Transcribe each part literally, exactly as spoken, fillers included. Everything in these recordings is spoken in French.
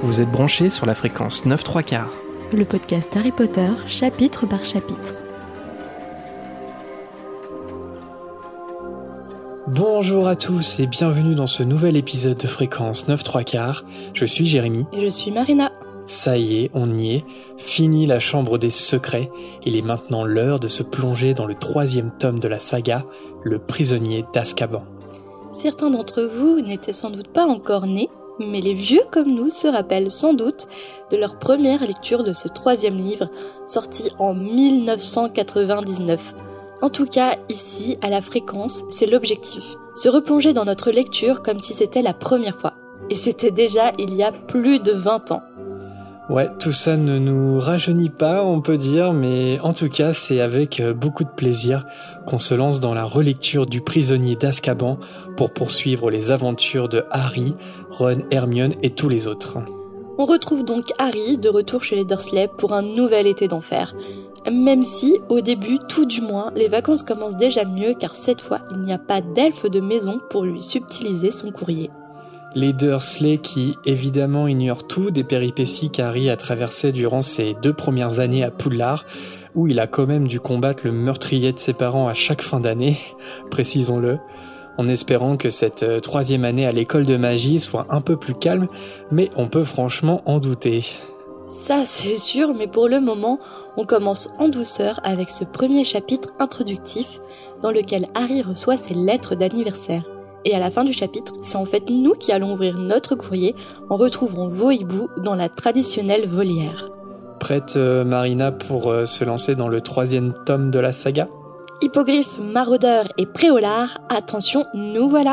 Vous êtes branchés sur la fréquence neuf trois quarts. Le podcast Harry Potter, chapitre par chapitre. Bonjour à tous et bienvenue dans ce nouvel épisode de fréquence neuf trois quarts. Je suis Jérémy. Et je suis Marina. Ça y est, on y est. Fini la chambre des secrets. Il est maintenant l'heure de se plonger dans le troisième tome de la saga, Le prisonnier d'Azkaban. Certains d'entre vous n'étaient sans doute pas encore nés, mais les vieux comme nous se rappellent sans doute de leur première lecture de ce troisième livre, sorti en dix-neuf cent quatre-vingt-dix-neuf. En tout cas, ici, à la fréquence, c'est l'objectif. Se replonger dans notre lecture comme si c'était la première fois. Et c'était déjà il y a plus de vingt ans. Ouais, tout ça ne nous rajeunit pas, on peut dire, mais en tout cas, c'est avec beaucoup de plaisir qu'on se lance dans la relecture du prisonnier d'Azkaban pour poursuivre les aventures de Harry, Ron, Hermione et tous les autres. On retrouve donc Harry de retour chez les Dursley pour un nouvel été d'enfer. Même si, au début, tout du moins, les vacances commencent déjà mieux car cette fois, il n'y a pas d'elfe de maison pour lui subtiliser son courrier. Les Dursley qui, évidemment, ignorent tout des péripéties qu'Harry a traversées durant ses deux premières années à Poudlard, où il a quand même dû combattre le meurtrier de ses parents à chaque fin d'année, précisons-le, en espérant que cette troisième année à l'école de magie soit un peu plus calme, mais on peut franchement en douter. Ça c'est sûr, mais pour le moment, on commence en douceur avec ce premier chapitre introductif dans lequel Harry reçoit ses lettres d'anniversaire. Et à la fin du chapitre, c'est en fait nous qui allons ouvrir notre courrier en retrouvant vos hiboux dans la traditionnelle volière. Prête, euh, Marina, pour euh, se lancer dans le troisième tome de la saga ? Hippogriffe, maraudeur et préolard, attention, nous voilà.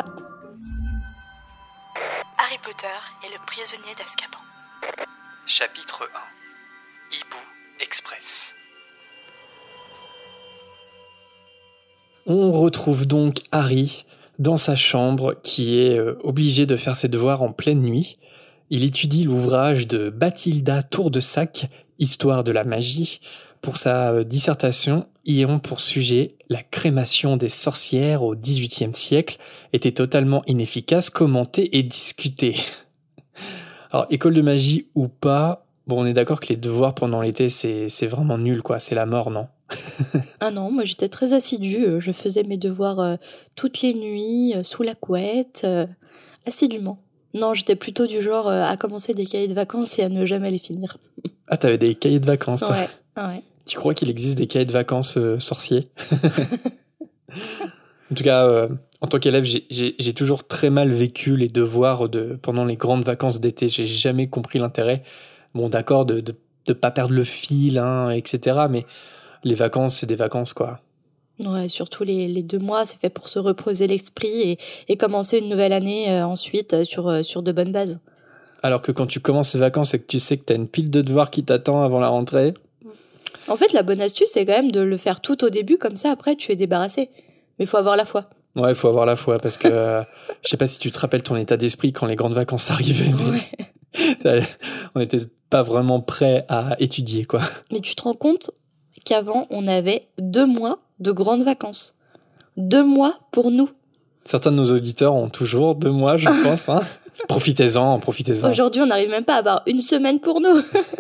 Harry Potter et le prisonnier d'Azkaban. Chapitre un. Hibou Express. On retrouve donc Harry dans sa chambre, qui est euh, obligé de faire ses devoirs en pleine nuit. Il étudie l'ouvrage de Bathilda Tour-de-Sac, Histoire de la magie, pour sa euh, dissertation, ayant pour sujet la crémation des sorcières au dix-huitième siècle, était totalement inefficace, commentée et discutée. Alors, école de magie ou pas, bon, on est d'accord que les devoirs pendant l'été, c'est, c'est vraiment nul, quoi. C'est la mort, non ? Ah non, moi j'étais très assidue, je faisais mes devoirs euh, toutes les nuits, euh, sous la couette, euh, assidûment. Non, j'étais plutôt du genre euh, à commencer des cahiers de vacances et à ne jamais les finir. Ah, t'avais des cahiers de vacances, toi ? Ouais, ouais. Tu crois qu'il existe des cahiers de vacances euh, sorciers ? En tout cas, euh, en tant qu'élève, j'ai, j'ai, j'ai toujours très mal vécu les devoirs de, pendant les grandes vacances d'été. J'ai jamais compris l'intérêt. Bon, d'accord, de de, de pas perdre le fil, hein, et cetera. Mais les vacances, c'est des vacances, quoi. Ouais, surtout les, les deux mois, c'est fait pour se reposer l'esprit et, et commencer une nouvelle année euh, ensuite euh, sur, euh, sur de bonnes bases. Alors que quand tu commences ces vacances et que tu sais que t'as une pile de devoirs qui t'attend avant la rentrée... En fait, la bonne astuce, c'est quand même de le faire tout au début, comme ça, après, tu es débarrassé. Mais il faut avoir la foi. Ouais, il faut avoir la foi, parce que euh, je sais pas si tu te rappelles ton état d'esprit quand les grandes vacances arrivaient, mais ouais. ça, on n'était pas vraiment prêts à étudier, quoi. Mais tu te rends compte qu'avant, on avait deux mois de grandes vacances. Deux mois pour nous. Certains de nos auditeurs ont toujours deux mois, je pense. Hein. Profitez-en, profitez-en. Aujourd'hui, on n'arrive même pas à avoir une semaine pour nous.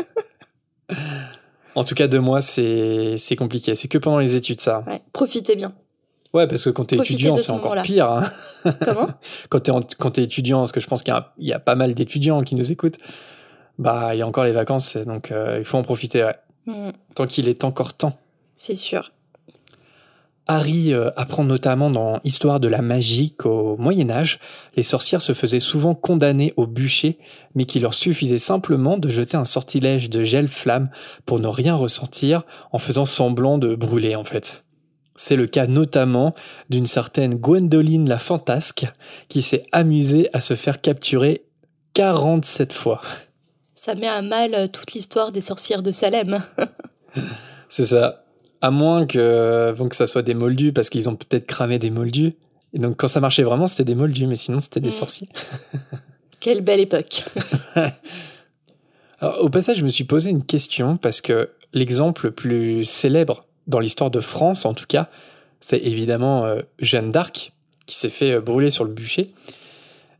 En tout cas, deux mois, c'est, c'est compliqué. C'est que pendant les études, ça. Ouais, profitez bien. Ouais, parce que quand t'es Profitez étudiant, de c'est encore moment-là. pire. Hein. Comment ? quand, t'es en, quand t'es étudiant, parce que je pense qu'il y a, il y a pas mal d'étudiants qui nous écoutent, bah, il y a encore les vacances, donc euh, il faut en profiter, ouais. Mmh. Tant qu'il est encore temps. C'est sûr. Harry euh, apprend notamment dans Histoire de la magie qu'au Moyen-Âge, les sorcières se faisaient souvent condamner au bûcher, mais qu'il leur suffisait simplement de jeter un sortilège de gel-flamme pour ne rien ressentir en faisant semblant de brûler, en fait. C'est le cas notamment d'une certaine Gwendoline la Fantasque qui s'est amusée à se faire capturer quarante-sept fois. Ça met à mal toute l'histoire des sorcières de Salem. C'est ça. À moins que, bon, que ça soit des moldus, parce qu'ils ont peut-être cramé des moldus. Et donc, quand ça marchait vraiment, c'était des moldus, mais sinon, c'était des mmh. sorciers. Quelle belle époque. Alors, au passage, je me suis posé une question, parce que l'exemple le plus célèbre dans l'histoire de France, en tout cas, c'est évidemment euh, Jeanne d'Arc, qui s'est fait euh, brûler sur le bûcher.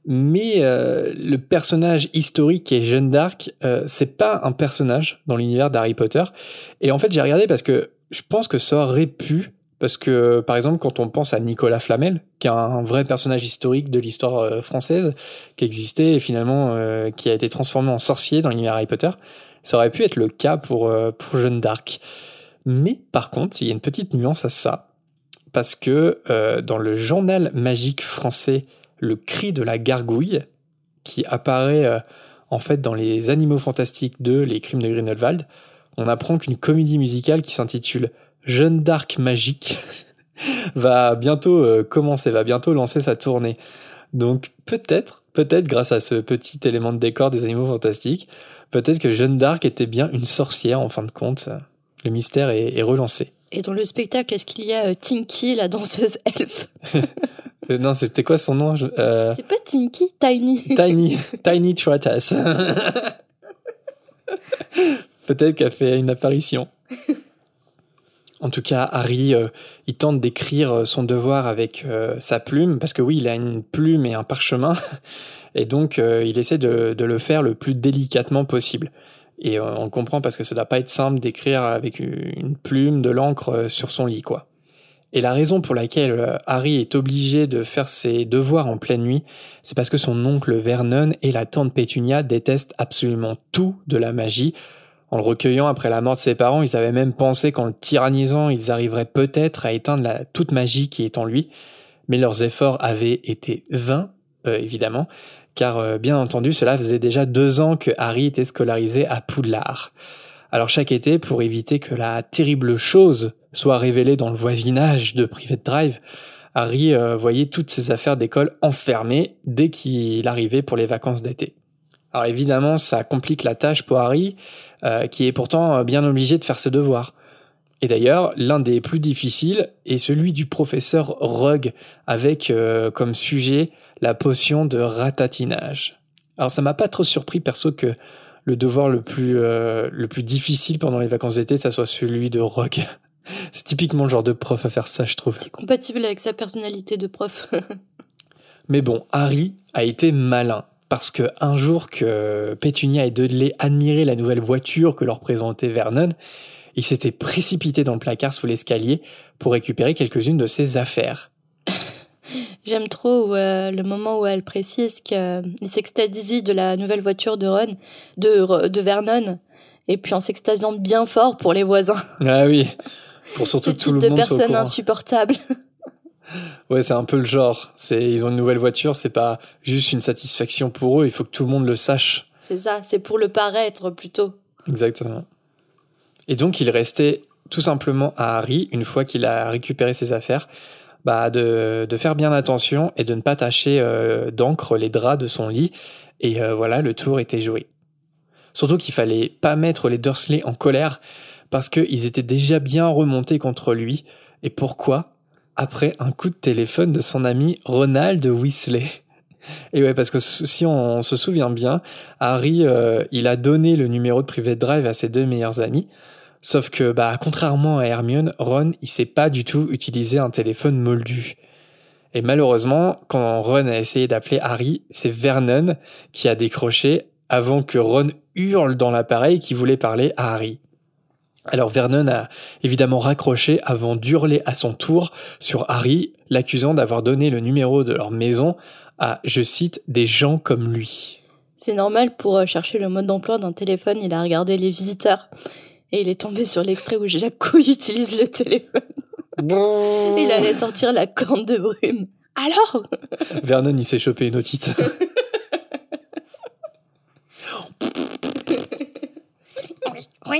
Mais euh, le personnage historique qui est Jeanne d'Arc, euh, c'est pas un personnage dans l'univers d'Harry Potter. Et en fait, j'ai regardé parce que je pense que ça aurait pu, parce que par exemple, quand on pense à Nicolas Flamel, qui est un vrai personnage historique de l'histoire euh, française, qui existait et finalement euh, qui a été transformé en sorcier dans l'univers Harry Potter, ça aurait pu être le cas pour euh, pour Jeanne d'Arc. Mais par contre, il y a une petite nuance à ça, parce que euh, dans le journal magique français, le cri de la gargouille, qui apparaît euh, en fait dans les Animaux Fantastiques deux, les Crimes de Grindelwald, on apprend qu'une comédie musicale qui s'intitule Jeanne d'Arc magique va bientôt euh, commencer, va bientôt lancer sa tournée. Donc peut-être, peut-être grâce à ce petit élément de décor des Animaux Fantastiques, peut-être que Jeanne d'Arc était bien une sorcière en fin de compte. Le mystère est, est relancé. Et dans le spectacle, est-ce qu'il y a euh, Tinky, la danseuse elfe? euh, Non, c'était quoi son nom? Je, euh... C'est pas Tinky, Tiny. Tiny, Tiny Trottass. Peut-être qu'elle fait une apparition. En tout cas, Harry, euh, il tente d'écrire son devoir avec euh, sa plume, parce que oui, il a une plume et un parchemin, et donc euh, il essaie de, de le faire le plus délicatement possible. Et euh, on comprend parce que ça doit pas être simple d'écrire avec une plume, de l'encre euh, sur son lit, quoi. Et la raison pour laquelle euh, Harry est obligé de faire ses devoirs en pleine nuit, c'est parce que son oncle Vernon et la tante Pétunia détestent absolument tout de la magie. En le recueillant après la mort de ses parents, ils avaient même pensé qu'en le tyrannisant, ils arriveraient peut-être à éteindre la toute magie qui est en lui. Mais leurs efforts avaient été vains, euh, évidemment, car euh, bien entendu, cela faisait déjà deux ans que Harry était scolarisé à Poudlard. Alors chaque été, pour éviter que la terrible chose soit révélée dans le voisinage de Private Drive, Harry euh, voyait toutes ses affaires d'école enfermées dès qu'il arrivait pour les vacances d'été. Alors évidemment, ça complique la tâche pour Harry, euh, qui est pourtant bien obligé de faire ses devoirs. Et d'ailleurs, l'un des plus difficiles est celui du professeur Rogue, avec euh, comme sujet la potion de ratatinage. Alors ça m'a pas trop surpris perso que le devoir le plus, euh, le plus difficile pendant les vacances d'été, ça soit celui de Rogue. C'est typiquement le genre de prof à faire ça, je trouve. C'est compatible avec sa personnalité de prof. Mais bon, Harry a été malin. Parce que un jour que Pétunia et Dudley admiraient la nouvelle voiture que leur présentait Vernon, il s'était précipité dans le placard sous l'escalier pour récupérer quelques-unes de ses affaires. J'aime trop euh, le moment où elle précise qu'il euh, s'extasie de la nouvelle voiture de Ron, de, de Vernon, et puis en s'extasiant bien fort pour les voisins. Ah oui, pour surtout que tout le monde soit au courant. Ce type de personnes insupportables. Ouais, c'est un peu le genre. C'est, ils ont une nouvelle voiture, c'est pas juste une satisfaction pour eux, il faut que tout le monde le sache. C'est ça, c'est pour le paraître plutôt. Exactement. Et donc, il restait tout simplement à Harry, une fois qu'il a récupéré ses affaires, bah, de, de faire bien attention et de ne pas tacher euh, d'encre les draps de son lit. Et euh, voilà, le tour était joué. Surtout qu'il fallait pas mettre les Dursley en colère, parce qu'ils étaient déjà bien remontés contre lui. Et pourquoi ? Après un coup de téléphone de son ami Ronald Weasley. Et ouais, parce que si on se souvient bien, Harry, euh, il a donné le numéro de Private Drive à ses deux meilleurs amis, sauf que, bah, contrairement à Hermione, Ron, il sait pas du tout utiliser un téléphone moldu. Et malheureusement, quand Ron a essayé d'appeler Harry, c'est Vernon qui a décroché avant que Ron hurle dans l'appareil qu'il voulait parler à Harry. Alors Vernon a évidemment raccroché avant d'hurler à son tour sur Harry, l'accusant d'avoir donné le numéro de leur maison à, je cite, des gens comme lui. C'est normal, pour chercher le mode d'emploi d'un téléphone, il a regardé les visiteurs. Et il est tombé sur l'extrait où Jacques Couille utilise le téléphone. Il allait sortir la corne de brume. Alors Vernon, il s'est chopé une otite. Oui.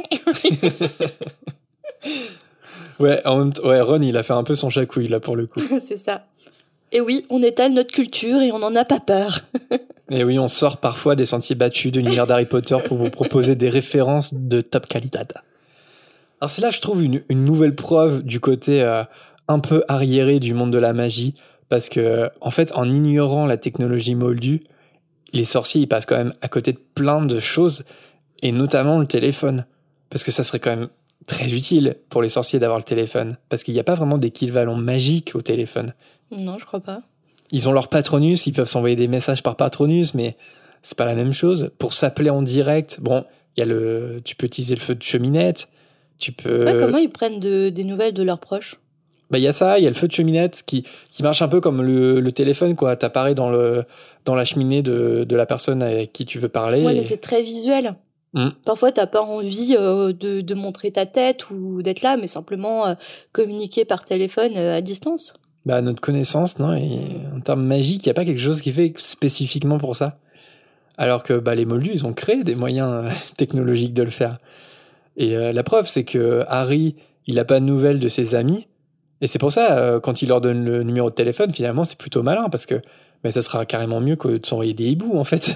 Ouais, en même temps, ouais, Ron, il a fait un peu son chacouille, là, pour le coup. C'est ça. Et oui, on étale notre culture et on n'en a pas peur. Et oui, on sort parfois des sentiers battus de l'univers d'Harry Potter pour vous proposer des références de top qualité. Alors c'est là, je trouve, une, une nouvelle preuve du côté euh, un peu arriéré du monde de la magie, parce que, en fait, en ignorant la technologie moldue, les sorciers, ils passent quand même à côté de plein de choses, et notamment le téléphone. Parce que ça serait quand même très utile pour les sorciers d'avoir le téléphone. Parce qu'il n'y a pas vraiment d'équivalent magique au téléphone. Non, je crois pas. Ils ont leur Patronus, ils peuvent s'envoyer des messages par Patronus, mais c'est pas la même chose. Pour s'appeler en direct, bon, il y a le, tu peux utiliser le feu de cheminette, tu peux... Ouais, comment ils prennent de, des nouvelles de leurs proches? Bah, il y a ça, il y a le feu de cheminette qui, qui marche un peu comme le, le téléphone, quoi. T'apparais dans le, dans la cheminée de, de la personne avec qui tu veux parler. Ouais, et... mais c'est très visuel. Mmh. Parfois, t'as pas envie euh, de, de montrer ta tête ou d'être là, mais simplement euh, communiquer par téléphone euh, à distance. Bah, à notre connaissance, non. Et en termes magiques, il n'y a pas quelque chose qui fait spécifiquement pour ça. Alors que bah, les Moldus, ils ont créé des moyens technologiques de le faire. Et euh, la preuve, c'est que Harry, il n'a pas de nouvelles de ses amis. Et c'est pour ça, euh, quand il leur donne le numéro de téléphone, finalement, c'est plutôt malin, parce que bah, ça sera carrément mieux que de s'envoyer des hiboux, en fait.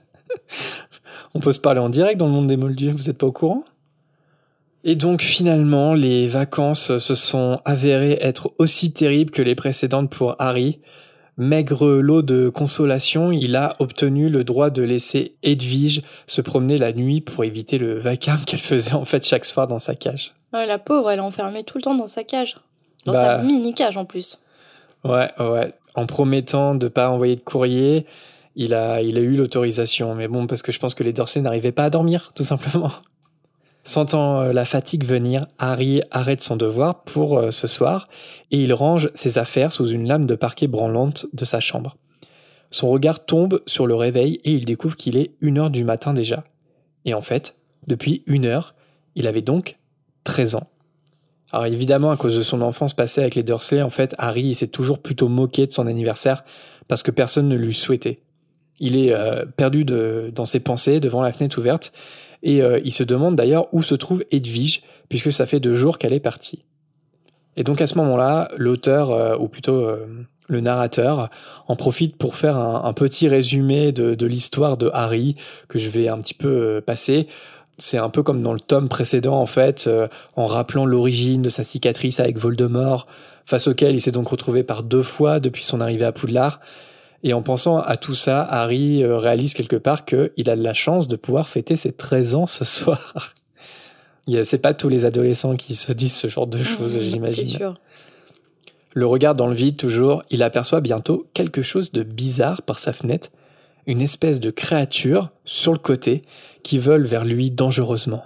On peut se parler en direct dans le monde des Moldus, vous n'êtes pas au courant? Et donc, finalement, les vacances se sont avérées être aussi terribles que les précédentes pour Harry. Maigre lot de consolation, il a obtenu le droit de laisser Hedwige se promener la nuit pour éviter le vacarme qu'elle faisait en fait chaque soir dans sa cage. Ouais, la pauvre, elle est enfermée tout le temps dans sa cage. Dans bah, sa mini-cage en plus. Ouais, ouais. En promettant de pas envoyer de courrier, il a, il a eu l'autorisation. Mais bon, parce que je pense que les Dursley n'arrivaient pas à dormir, tout simplement. Sentant la fatigue venir, Harry arrête son devoir pour euh, ce soir et il range ses affaires sous une lame de parquet branlante de sa chambre. Son regard tombe sur le réveil et il découvre qu'il est une heure du matin déjà. Et en fait, depuis une heure, il avait donc treize ans. Alors évidemment, à cause de son enfance passée avec les Dursley, en fait, Harry s'est toujours plutôt moqué de son anniversaire parce que personne ne lui souhaitait. Il est euh, perdu de, dans ses pensées devant la fenêtre ouverte et euh, il se demande d'ailleurs où se trouve Hedwige puisque ça fait deux jours qu'elle est partie. Et donc à ce moment-là, l'auteur, euh, ou plutôt euh, le narrateur, en profite pour faire un, un petit résumé de, de l'histoire de Harry que je vais un petit peu euh, passer. C'est un peu comme dans le tome précédent, en fait, euh, en rappelant l'origine de sa cicatrice avec Voldemort, face auquel il s'est donc retrouvé par deux fois depuis son arrivée à Poudlard. Et en pensant à tout ça, Harry euh, réalise quelque part qu'il a de la chance de pouvoir fêter ses treize ans ce soir. C'est pas tous les adolescents qui se disent ce genre de choses, mmh, j'imagine. C'est sûr. Le regard dans le vide toujours, il aperçoit bientôt quelque chose de bizarre par sa fenêtre, une espèce de créature sur le côté qui vole vers lui dangereusement.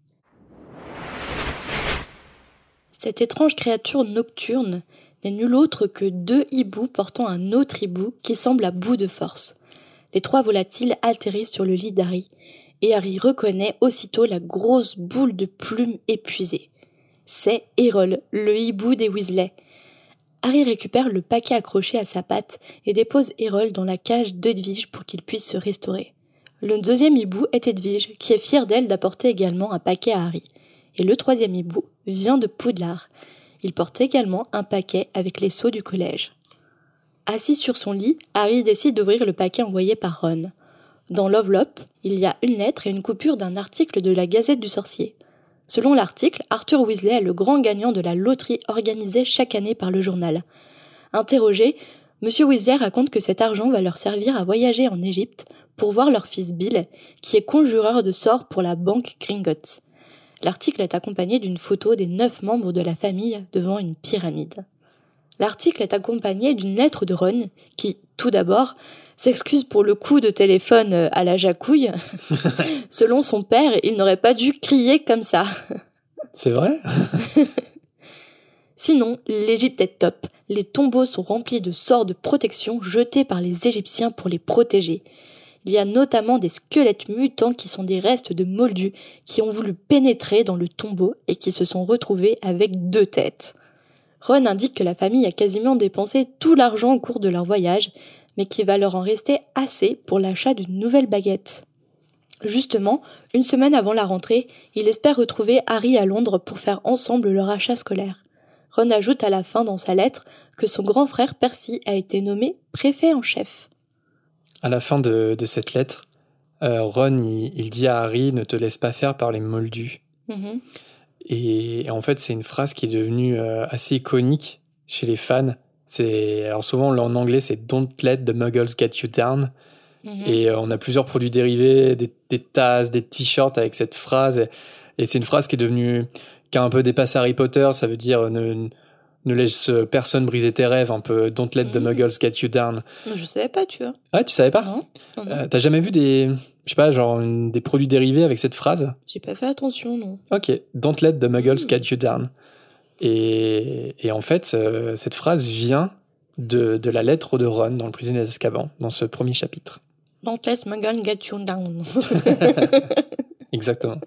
Cette étrange créature nocturne n'est nulle autre que deux hiboux portant un autre hibou qui semble à bout de force. Les trois volatiles atterrissent sur le lit d'Harry, et Harry reconnaît aussitôt la grosse boule de plumes épuisée. C'est Errol, le hibou des Weasley. Harry récupère le paquet accroché à sa patte et dépose Errol dans la cage d'Edwige pour qu'il puisse se restaurer. Le deuxième hibou est Edwige, qui est fière d'elle d'apporter également un paquet à Harry. Et le troisième hibou vient de Poudlard. Il porte également un paquet avec les sceaux du collège. Assis sur son lit, Harry décide d'ouvrir le paquet envoyé par Ron. Dans l'enveloppe, il y a une lettre et une coupure d'un article de la Gazette du Sorcier. Selon l'article, Arthur Weasley est le grand gagnant de la loterie organisée chaque année par le journal. Interrogé, M. Weasley raconte que cet argent va leur servir à voyager en Égypte pour voir leur fils Bill, qui est conjureur de sorts pour la banque Gringotts. L'article est accompagné d'une photo des neuf membres de la famille devant une pyramide. L'article est accompagné d'une lettre de Ron qui, tout d'abord, s'excuse pour le coup de téléphone à la jacouille. Selon son père, il n'aurait pas dû crier comme ça. C'est vrai ? Sinon, l'Égypte est top. Les tombeaux sont remplis de sorts de protection jetés par les Égyptiens pour les protéger. Il y a notamment des squelettes mutants qui sont des restes de moldus qui ont voulu pénétrer dans le tombeau et qui se sont retrouvés avec deux têtes. Ron indique que la famille a quasiment dépensé tout l'argent au cours de leur voyage, mais qu'il va leur en rester assez pour l'achat d'une nouvelle baguette. Justement, une semaine avant la rentrée, il espère retrouver Harry à Londres pour faire ensemble leur achat scolaire. Ron ajoute à la fin dans sa lettre que son grand frère Percy a été nommé préfet en chef. À la fin de, de cette lettre, euh, Ron il, il dit à Harry « Ne te laisse pas faire par les moldus mm-hmm. ». Et en fait, c'est une phrase qui est devenue euh, assez iconique chez les fans. C'est, alors souvent, en anglais, c'est « Don't let the muggles get you down ». Mm-hmm. Et euh, on a plusieurs produits dérivés, des, des tasses, des t-shirts avec cette phrase. Et, et c'est une phrase qui est devenue, qui a un peu dépassé Harry Potter. Ça veut dire ne, ne laisse personne briser tes rêves, un peu Don't let the Mhm. muggles get you down. Je savais pas, tu vois. Ah, tu savais pas? Non, non, non. Euh, T'as jamais vu des, je sais pas, genre une- des produits dérivés avec cette phrase? J'ai pas fait attention, non. Ok, Don't let the muggles Mhm. get you down. Et, et en fait, euh, cette phrase vient de, de la lettre de Ron dans Le prisonnier d'Azkaban, dans ce premier chapitre. Don't let Muggle get you down. Exactement.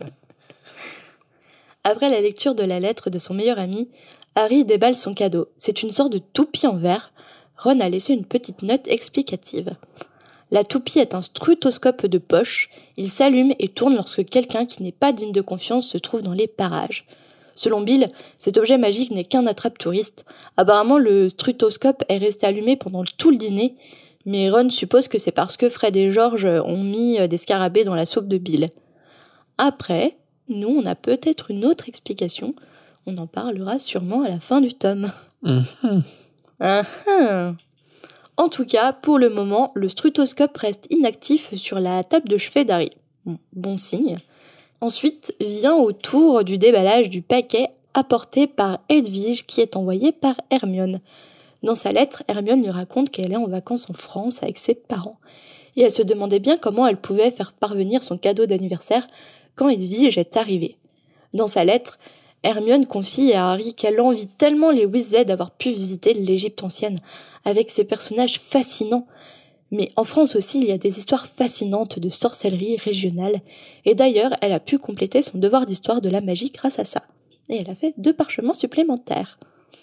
Après la lecture de la lettre de son meilleur ami, Harry déballe son cadeau. C'est une sorte de toupie en verre. Ron a laissé une petite note explicative. La toupie est un strutoscope de poche. Il s'allume et tourne lorsque quelqu'un qui n'est pas digne de confiance se trouve dans les parages. Selon Bill, cet objet magique n'est qu'un attrape-touriste. Apparemment, le strutoscope est resté allumé pendant tout le dîner, mais Ron suppose que c'est parce que Fred et George ont mis des scarabées dans la soupe de Bill. Après, nous, on a peut-être une autre explication. On en parlera sûrement à la fin du tome. Mhm. Ah ah. En tout cas, pour le moment, le strutoscope reste inactif sur la table de chevet d'Harry. Bon, bon signe. Ensuite, vient au tour du déballage du paquet apporté par Edwige qui est envoyé par Hermione. Dans sa lettre, Hermione lui raconte qu'elle est en vacances en France avec ses parents. Et elle se demandait bien comment elle pouvait faire parvenir son cadeau d'anniversaire quand Edwige est arrivée. Dans sa lettre, Hermione confie à Harry qu'elle envie tellement les Weasley d'avoir pu visiter l'Égypte ancienne, avec ses personnages fascinants. Mais en France aussi, il y a des histoires fascinantes de sorcellerie régionale, et d'ailleurs, elle a pu compléter son devoir d'histoire de la magie grâce à ça. Et elle a fait deux parchemins supplémentaires.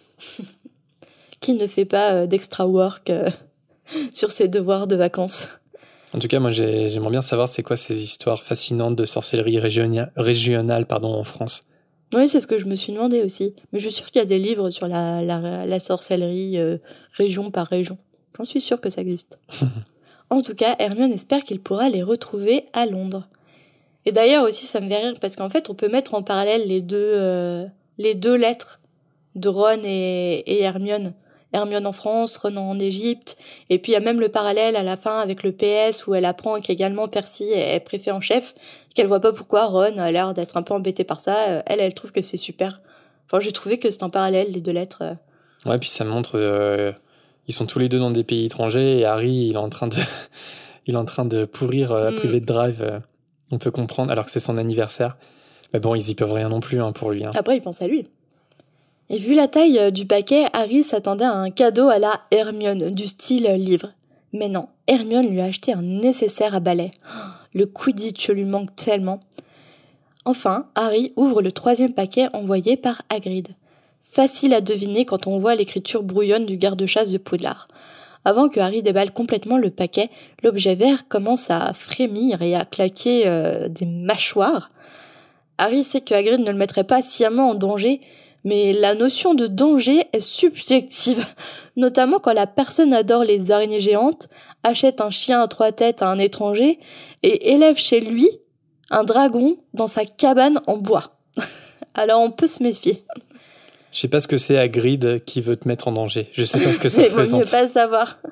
Qui ne fait pas euh, d'extra work euh, sur ses devoirs de vacances? En tout cas, moi, j'ai- j'aimerais bien savoir c'est quoi ces histoires fascinantes de sorcellerie régionia- régionale pardon, en France. Oui, c'est ce que je me suis demandé aussi. Mais je suis sûre qu'il y a des livres sur la, la, la sorcellerie euh, région par région. J'en suis sûre que ça existe. En tout cas, Hermione espère qu'il pourra les retrouver à Londres. Et d'ailleurs aussi, ça me fait rire parce qu'en fait, on peut mettre en parallèle les deux, euh, les deux lettres de Ron et, et Hermione. Hermione en France, Ron en Égypte. Et puis il y a même le parallèle à la fin avec le P S où elle apprend qu'également Percy est préfet en chef, qu'elle voit pas pourquoi Ron a l'air d'être un peu embêté par ça. Elle, elle trouve que c'est super. Enfin, j'ai trouvé que c'est un parallèle, les deux lettres. Ouais, puis ça montre, euh, ils sont tous les deux dans des pays étrangers et Harry, il est en train de, il est en train de pourrir euh, la Mm. private drive. euh, on peut comprendre, alors que c'est son anniversaire. Mais bon, ils y peuvent rien non plus hein, pour lui. Hein. Après, il pense à lui. Et vu la taille euh, du paquet, Harry s'attendait à un cadeau à la Hermione, du style euh, livre. Mais non, Hermione lui a acheté un nécessaire à balai. Le Quidditch lui manque tellement. Enfin, Harry ouvre le troisième paquet envoyé par Hagrid. Facile à deviner quand on voit l'écriture brouillonne du garde-chasse de Poudlard. Avant que Harry déballe complètement le paquet, l'objet vert commence à frémir et à claquer euh, des mâchoires. Harry sait que Hagrid ne le mettrait pas sciemment en danger, mais la notion de danger est subjective, notamment quand la personne adore les araignées géantes, achète un chien à trois têtes à un étranger et élève chez lui un dragon dans sa cabane en bois. Alors on peut se méfier. Je sais pas ce que c'est Hagrid qui veut te mettre en danger. Je sais pas ce que ça Mais vaut mieux représente. pas le savoir.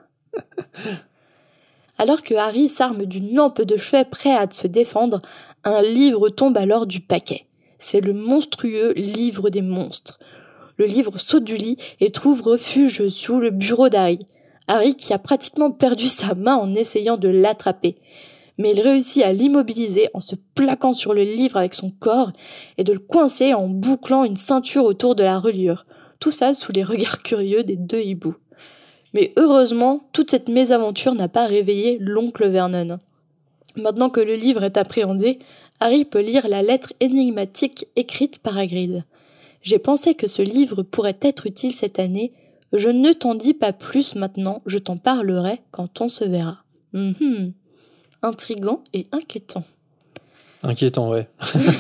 Alors que Harry s'arme d'une lampe de chevet prêt à se défendre, un livre tombe alors du paquet. C'est le monstrueux livre des monstres. Le livre saute du lit et trouve refuge sous le bureau d'Harry. Harry qui a pratiquement perdu sa main en essayant de l'attraper. Mais il réussit à l'immobiliser en se plaquant sur le livre avec son corps et de le coincer en bouclant une ceinture autour de la reliure. Tout ça sous les regards curieux des deux hiboux. Mais heureusement, toute cette mésaventure n'a pas réveillé l'oncle Vernon. Maintenant que le livre est appréhendé, Harry peut lire la lettre énigmatique écrite par Hagrid. J'ai pensé que ce livre pourrait être utile cette année. Je ne t'en dis pas plus maintenant, je t'en parlerai quand on se verra. Mm-hmm. Intriguant et inquiétant. Inquiétant, ouais.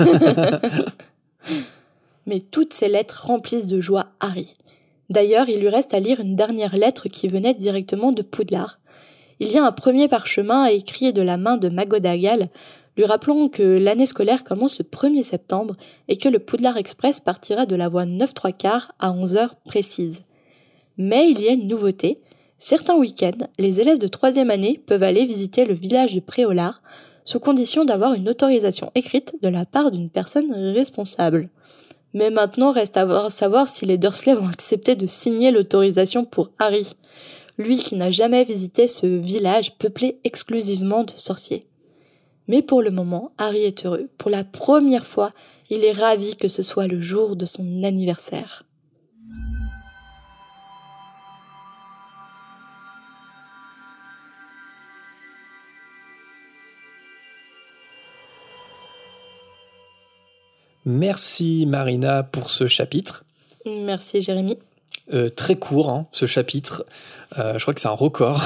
Mais toutes ces lettres remplissent de joie Harry. D'ailleurs, il lui reste à lire une dernière lettre qui venait directement de Poudlard. Il y a un premier parchemin écrit de la main de McGonagall, lui rappelant que l'année scolaire commence le premier septembre et que le Poudlard Express partira de la voie neuf trois quarts à onze heures précises. Mais il y a une nouveauté. Certains week-ends, les élèves de troisième année peuvent aller visiter le village de Préolard, sous condition d'avoir une autorisation écrite de la part d'une personne responsable. Mais maintenant, reste à voir- savoir si les Dursley vont accepter de signer l'autorisation pour Harry. Lui qui n'a jamais visité ce village peuplé exclusivement de sorciers. Mais pour le moment, Harry est heureux. Pour la première fois, il est ravi que ce soit le jour de son anniversaire. Merci Marina pour ce chapitre. Merci Jérémy. Euh, très court, hein, ce chapitre. Euh, je crois que c'est un record.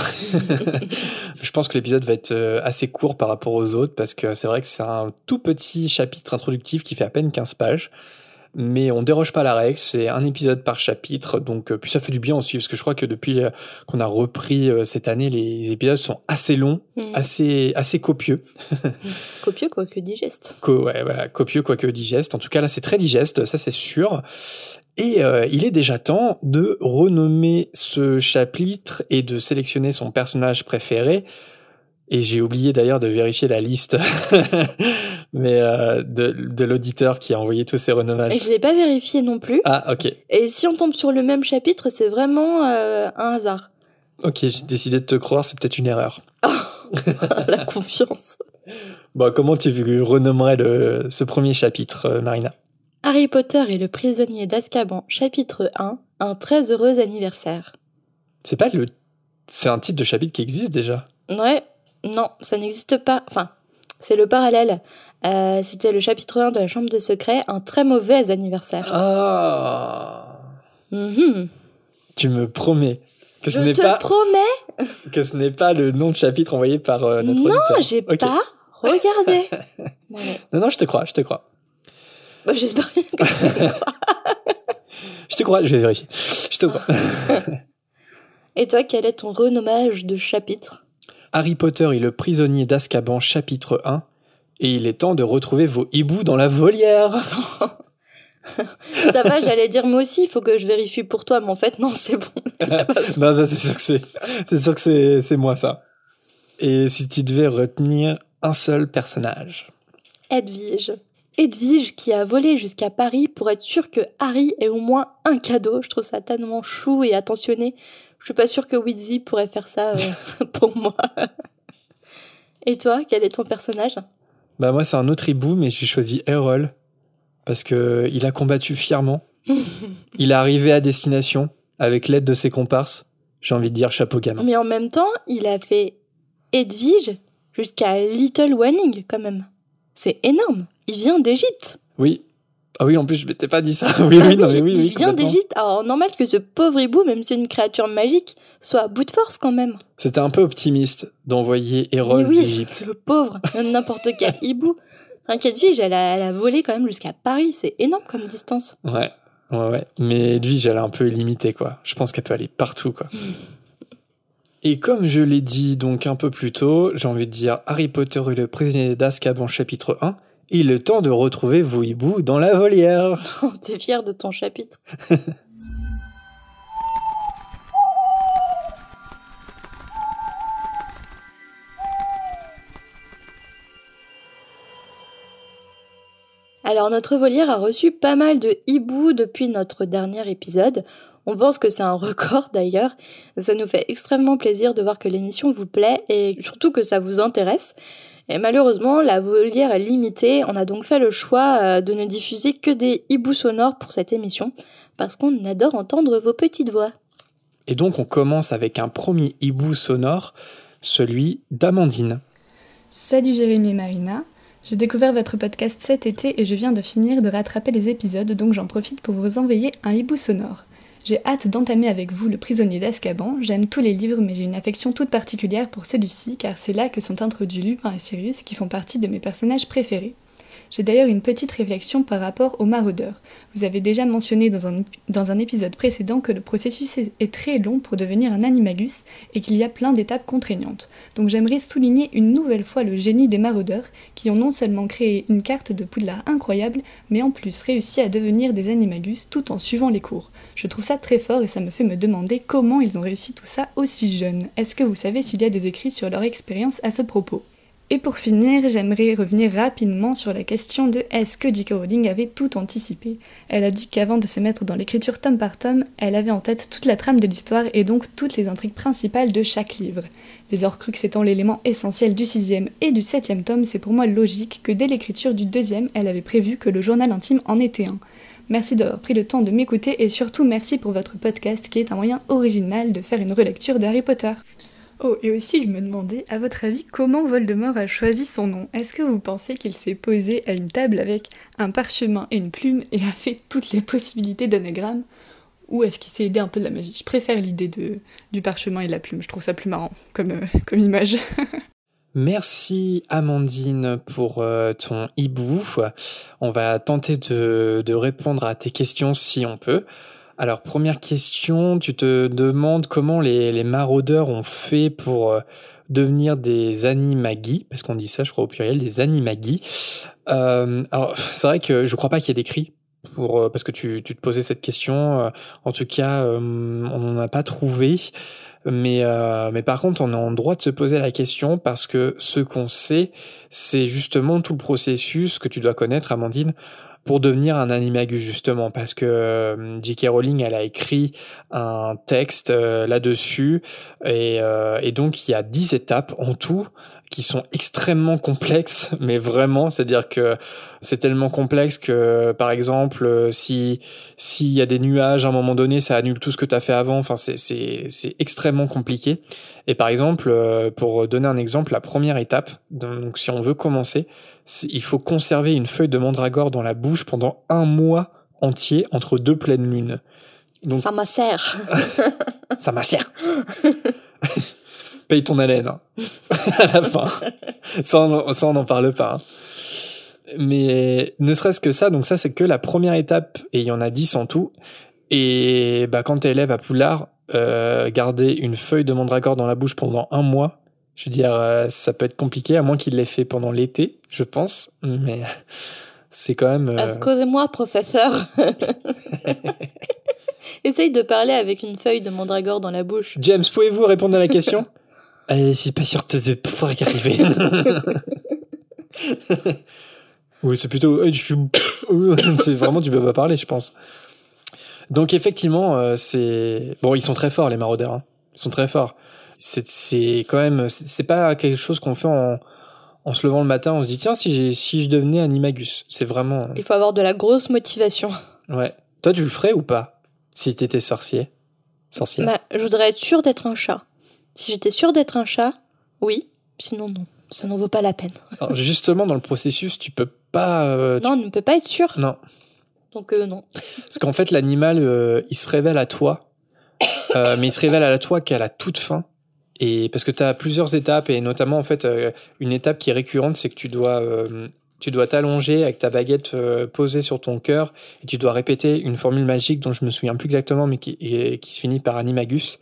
Je pense que l'épisode va être euh, assez court par rapport aux autres parce que c'est vrai que c'est un tout petit chapitre introductif qui fait à peine quinze pages. Mais on déroge pas à la règle, c'est un épisode par chapitre, donc euh, puis ça fait du bien aussi parce que je crois que depuis euh, qu'on a repris euh, cette année, les épisodes sont assez longs, mmh. assez assez copieux. Copieux quoique digeste. Co- ouais, voilà, copieux quoique digeste. En tout cas là, c'est très digeste, ça c'est sûr. Et euh, il est déjà temps de renommer ce chapitre et de sélectionner son personnage préféré. Et j'ai oublié d'ailleurs de vérifier la liste mais euh, de, de l'auditeur qui a envoyé tous ces renommages. Et je l'ai pas vérifié non plus. Ah, ok. Et si on tombe sur le même chapitre, c'est vraiment euh, un hasard. Ok, j'ai décidé de te croire, c'est peut-être une erreur. La confiance. Bon, comment tu renommerais le, ce premier chapitre, euh, Marina ? Harry Potter et le prisonnier d'Azkaban, chapitre un, un très heureux anniversaire. C'est pas le... C'est un titre de chapitre qui existe déjà ? Ouais. Non, ça n'existe pas. Enfin, c'est le parallèle. Euh, c'était le chapitre un de la Chambre des Secrets, un très mauvais anniversaire. Ah. Mm-hmm. Tu me promets que ce Je n'est te pas promets que ce n'est pas le nom de chapitre envoyé par euh, notre non, auditeur. Non, j'ai okay. pas regardé. non, non, non, je te crois, je te crois. Bah, j'espère bien que tu me crois. Je te crois, je vais vérifier. Je te crois. Et toi, quel est ton renommage de chapitre ? Harry Potter et le prisonnier d'Azkaban, chapitre un. Et il est temps de retrouver vos hiboux dans la volière. Ça va, j'allais dire moi aussi, il faut que je vérifie pour toi, mais en fait, non, c'est bon. Non, ça, c'est sûr que c'est, c'est sûr que c'est, c'est moi, ça. Et si tu devais retenir un seul personnage ? Edwige. Edwige qui a volé jusqu'à Paris pour être sûre que Harry ait au moins un cadeau. Je trouve ça tellement chou et attentionné. Je suis pas sûre que Weasley pourrait faire ça euh, pour moi. Et toi, quel est ton personnage ? Bah moi, c'est un autre hibou, mais j'ai choisi Errol parce que il a combattu fièrement. Il est arrivé à destination avec l'aide de ses comparses. J'ai envie de dire chapeau gamin. Mais en même temps, il a fait Edwige jusqu'à Little Wanning quand même. C'est énorme. Il vient d'Égypte. Oui. Ah oui, en plus, je m'étais pas dit ça. Oui, ah oui, non, mais oui, il oui, vient d'Égypte. Alors, normal que ce pauvre hibou, même si c'est une créature magique, soit à bout de force quand même. C'était un peu optimiste d'envoyer Errol oui, d'Égypte. Le pauvre, même n'importe quel hibou. Enfin, Edwige, elle a, elle a volé quand même jusqu'à Paris. C'est énorme comme distance. Ouais, ouais, ouais. Mais Edwige, elle est un peu illimitée, quoi. Je pense qu'elle peut aller partout, quoi. Et comme je l'ai dit donc un peu plus tôt, j'ai envie de dire Harry Potter et le prisonnier d'Azkaban, chapitre un. Il est temps de retrouver vos hiboux dans la volière. Oh, t'es fier de ton chapitre. Alors, notre volière a reçu pas mal de hiboux depuis notre dernier épisode. On pense que c'est un record d'ailleurs. Ça nous fait extrêmement plaisir de voir que l'émission vous plaît et surtout que ça vous intéresse. Et malheureusement, la volière est limitée. On a donc fait le choix de ne diffuser que des hiboux sonores pour cette émission parce qu'on adore entendre vos petites voix. Et donc, on commence avec un premier hibou sonore, celui d'Amandine. Salut Jérémy et Marina. J'ai découvert votre podcast cet été et je viens de finir de rattraper les épisodes, donc j'en profite pour vous envoyer un hibou sonore. J'ai hâte d'entamer avec vous Le prisonnier d'Azkaban. J'aime tous les livres, mais j'ai une affection toute particulière pour celui-ci, car c'est là que sont introduits Lupin et Sirius, qui font partie de mes personnages préférés. J'ai d'ailleurs une petite réflexion par rapport aux maraudeurs. Vous avez déjà mentionné dans un, dans un épisode précédent que le processus est, est très long pour devenir un animagus et qu'il y a plein d'étapes contraignantes. Donc j'aimerais souligner une nouvelle fois le génie des maraudeurs qui ont non seulement créé une carte de Poudlard incroyable, mais en plus réussi à devenir des animagus tout en suivant les cours. Je trouve ça très fort et ça me fait me demander comment ils ont réussi tout ça aussi jeunes. Est-ce que vous savez s'il y a des écrits sur leur expérience à ce propos ? Et pour finir, j'aimerais revenir rapidement sur la question de est-ce que J K Rowling avait tout anticipé ? Elle a dit qu'avant de se mettre dans l'écriture tome par tome, elle avait en tête toute la trame de l'histoire et donc toutes les intrigues principales de chaque livre. Les Horcruxes étant l'élément essentiel du sixième et du septième tome, c'est pour moi logique que dès l'écriture du deuxième, elle avait prévu que le journal intime en était un. Merci d'avoir pris le temps de m'écouter et surtout merci pour votre podcast qui est un moyen original de faire une relecture de Harry Potter. Oh, et aussi je me demandais, à votre avis, comment Voldemort a choisi son nom ? Est-ce que vous pensez qu'il s'est posé à une table avec un parchemin et une plume et a fait toutes les possibilités d'anagramme ? Ou est-ce qu'il s'est aidé un peu de la magie ? Je préfère l'idée de, du parchemin et de la plume, je trouve ça plus marrant comme, euh, comme image. Merci Amandine pour euh, ton hibou. On va tenter de, de répondre à tes questions si on peut. Alors, première question, tu te demandes comment les, les maraudeurs ont fait pour euh, devenir des animagis, parce qu'on dit ça, je crois, au pluriel, des animagis. Euh, alors, c'est vrai que je crois pas qu'il y ait d'écrit, pour, euh, parce que tu, tu te posais cette question. Euh, en tout cas, euh, on n'en a pas trouvé. Mais, euh, mais par contre, on a le droit de se poser la question parce que ce qu'on sait, c'est justement tout le processus que tu dois connaître, Amandine, pour devenir un animagus, justement, parce que euh, J K Rowling, elle a écrit un texte euh, là-dessus, et, euh, et donc il y a dix étapes en tout qui sont extrêmement complexes, mais vraiment, c'est-à-dire que c'est tellement complexe que, par exemple, si s'il y a des nuages à un moment donné, ça annule tout ce que tu as fait avant, enfin c'est c'est c'est extrêmement compliqué. Et par exemple, pour donner un exemple, la première étape, donc si on veut commencer, il faut conserver une feuille de mandragore dans la bouche pendant un mois entier entre deux pleines lunes. Donc, ça macère. Ça macère. Paye ton haleine, hein. À la fin. Ça, on, ça, on n'en parle pas. Hein. Mais ne serait-ce que ça, donc ça, c'est que la première étape, et il y en a dix en tout. Et bah, quand t'es élève à Poudlard, euh, garder une feuille de mandragore dans la bouche pendant un mois, je veux dire, euh, ça peut être compliqué, à moins qu'il l'ait fait pendant l'été, je pense. Mais c'est quand même... Euh... Excusez-moi, professeur. Essaye de parler avec une feuille de mandragore dans la bouche. James, pouvez-vous répondre à la question ? euh, Je suis pas sûr de pouvoir y arriver. Oui, c'est plutôt... c'est vraiment, tu peux pas parler, je pense. Donc effectivement, euh, c'est... Bon, ils sont très forts, les maraudeurs. Hein. Ils sont très forts. C'est, c'est quand même... C'est, c'est pas quelque chose qu'on fait en... en se levant le matin, on se dit, tiens, si, j'ai... si je devenais animagus. C'est vraiment... Il faut avoir de la grosse motivation. Ouais. Toi, tu le ferais ou pas ? Si t'étais sorcier, sorcière. Bah, je voudrais être sûre d'être un chat. Si j'étais sûre d'être un chat, oui. Sinon, non. Ça n'en vaut pas la peine. Alors, justement, dans le processus, tu peux pas... Euh, non, tu... on ne peut pas être sûr. Non. Donc, euh, non. Parce qu'en fait, l'animal, euh, il se révèle à toi. Euh, mais il se révèle à toi qu'à la toute fin. Et parce que t'as plusieurs étapes, et notamment, en fait, euh, une étape qui est récurrente, c'est que tu dois... Euh, Tu dois t'allonger avec ta baguette euh, posée sur ton cœur et tu dois répéter une formule magique dont je me souviens plus exactement, mais qui, et, qui se finit par animagus.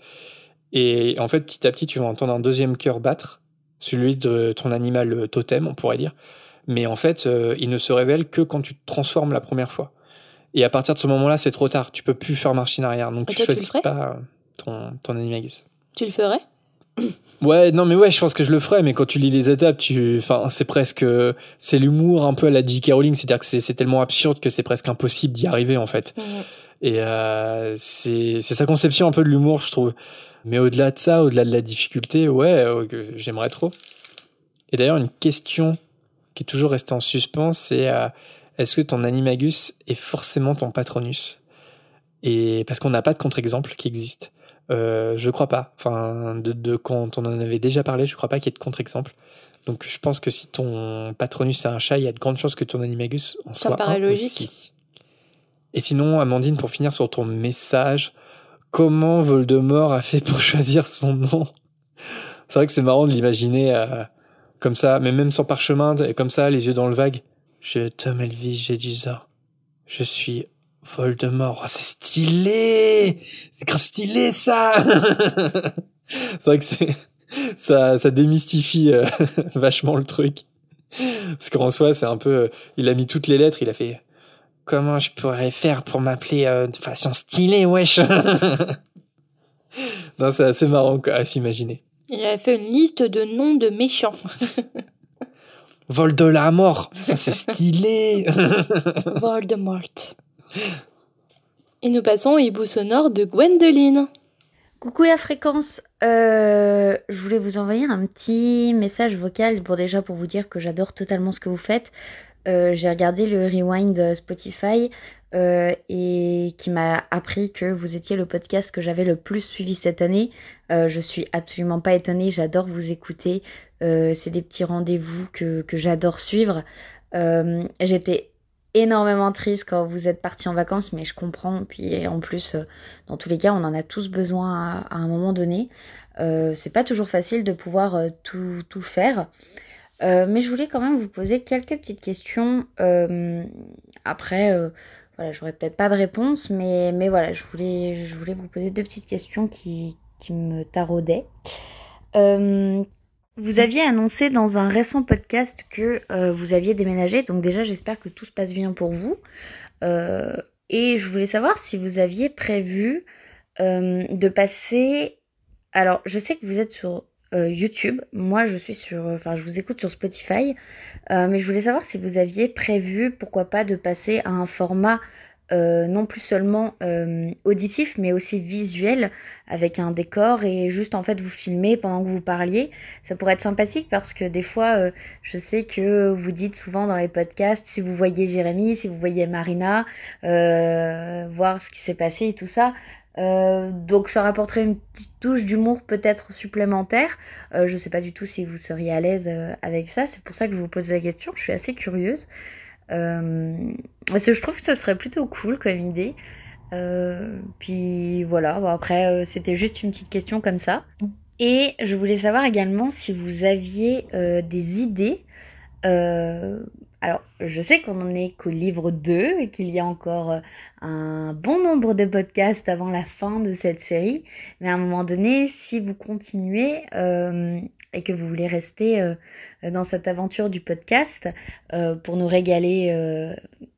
Et en fait, petit à petit, tu vas entendre un deuxième cœur battre, celui de ton animal totem, on pourrait dire. Mais en fait, euh, il ne se révèle que quand tu te transformes la première fois. Et à partir de ce moment-là, c'est trop tard. Tu peux plus faire marche en arrière. Donc, et tu toi, choisis tu pas ton, ton animagus. Tu le ferais ? Ouais, non mais ouais, je pense que je le ferais, mais quand tu lis les étapes, tu, enfin, c'est presque, c'est l'humour un peu à la J K Rowling, c'est-à-dire que c'est, c'est tellement absurde que c'est presque impossible d'y arriver en fait. Mmh. Et euh, c'est, c'est sa conception un peu de l'humour, je trouve. Mais au-delà de ça, au-delà de la difficulté, ouais, euh, j'aimerais trop. Et d'ailleurs, une question qui est toujours restée en suspens, c'est euh, est-ce que ton animagus est forcément ton patronus ? Et parce qu'on n'a pas de contre-exemple qui existe. Euh, je crois pas. Enfin, de, de quand on en avait déjà parlé, je crois pas qu'il y ait de contre-exemple. Donc, je pense que si ton patronus c'est un chat, il y a de grandes chances que ton animagus en soit un aussi. Ça me paraît logique. Et sinon, Amandine, pour finir sur ton message, comment Voldemort a fait pour choisir son nom ? C'est vrai que c'est marrant de l'imaginer euh, comme ça, mais même sans parchemin, comme ça, les yeux dans le vague. Je, Tom Elvis Jedusor, je suis Voldemort. Oh, c'est stylé! C'est grave stylé, ça! C'est vrai que c'est, ça, ça démystifie euh, vachement le truc. Parce qu'en soi, c'est un peu, euh, il a mis toutes les lettres, il a fait, comment je pourrais faire pour m'appeler euh, de façon stylée, wesh! Non, c'est assez marrant, quoi, à s'imaginer. Il a fait une liste de noms de méchants. Voldemort, ça c'est stylé. Voldemort. Et nous passons au hibou sonore de Gwendoline. Coucou la fréquence, euh, je voulais vous envoyer un petit message vocal pour déjà pour vous dire que j'adore totalement ce que vous faites. Euh, j'ai regardé le Rewind Spotify euh, et qui m'a appris que vous étiez le podcast que j'avais le plus suivi cette année. Euh, je suis absolument pas étonnée, j'adore vous écouter. Euh, c'est des petits rendez-vous que, que j'adore suivre. Euh, j'étais énormément triste quand vous êtes partis en vacances, mais je comprends. Puis en plus, euh, dans tous les cas, on en a tous besoin à, à un moment donné. Euh, c'est pas toujours facile de pouvoir euh, tout, tout faire. Euh, mais je voulais quand même vous poser quelques petites questions. Euh, après, euh, voilà, j'aurais peut-être pas de réponse, mais, mais voilà, je voulais, je voulais vous poser deux petites questions qui, qui me taraudaient. Euh, vous aviez annoncé dans un récent podcast que euh, vous aviez déménagé, donc déjà j'espère que tout se passe bien pour vous. Euh, et je voulais savoir si vous aviez prévu euh, de passer... Alors, je sais que vous êtes sur... Euh, YouTube, moi je suis sur, enfin je vous écoute sur Spotify, euh, mais je voulais savoir si vous aviez prévu, pourquoi pas, de passer à un format euh, non plus seulement euh, auditif, mais aussi visuel, avec un décor et juste en fait vous filmer pendant que vous parliez. Ça pourrait être sympathique parce que des fois, euh, je sais que vous dites souvent dans les podcasts, si vous voyez Jérémy, si vous voyez Marina, euh, voir ce qui s'est passé et tout ça. Euh, donc ça rapporterait une petite touche d'humour peut-être supplémentaire. Euh, je sais pas du tout si vous seriez à l'aise euh, avec ça. C'est pour ça que je vous pose la question. Je suis assez curieuse. Euh, parce que je trouve que ça serait plutôt cool comme idée. Euh, puis voilà. Bon, après, euh, c'était juste une petite question comme ça. Et je voulais savoir également si vous aviez euh, des idées. Euh, alors, je sais qu'on en est qu'au livre deux et qu'il y a encore euh, un bon nombre de podcasts avant la fin de cette série. Mais à un moment donné, si vous continuez euh, et que vous voulez rester euh, dans cette aventure du podcast euh, pour nous régaler euh,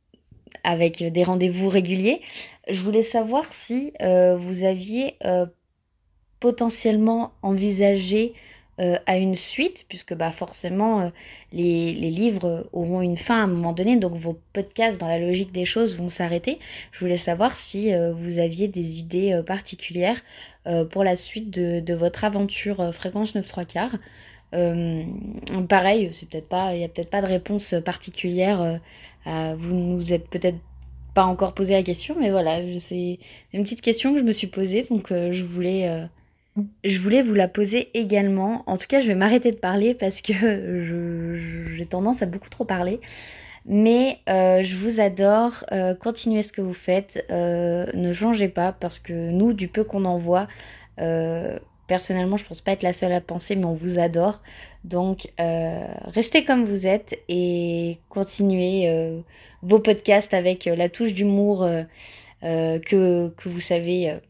avec des rendez-vous réguliers, je voulais savoir si euh, vous aviez euh, potentiellement envisagé Euh, à une suite, puisque bah, forcément euh, les, les livres auront une fin à un moment donné, donc vos podcasts dans la logique des choses vont s'arrêter. Je voulais savoir si euh, vous aviez des idées euh, particulières euh, pour la suite de, de votre aventure euh, Fréquence neuf trois quarts. Euh, pareil, c'est peut-être pas, il y a peut-être pas de réponse particulière. Euh, à, vous nous êtes peut-être pas encore posé la question, mais voilà, c'est une petite question que je me suis posée, donc euh, je voulais euh, Je voulais vous la poser également. En tout cas, je vais m'arrêter de parler parce que je, je, j'ai tendance à beaucoup trop parler. Mais euh, je vous adore. Euh, continuez ce que vous faites. Euh, ne changez pas parce que nous, du peu qu'on en voit, euh, personnellement, je pense pas être la seule à penser, mais on vous adore. Donc, euh, restez comme vous êtes et continuez euh, vos podcasts avec la touche d'humour euh, euh, que, que vous savez euh,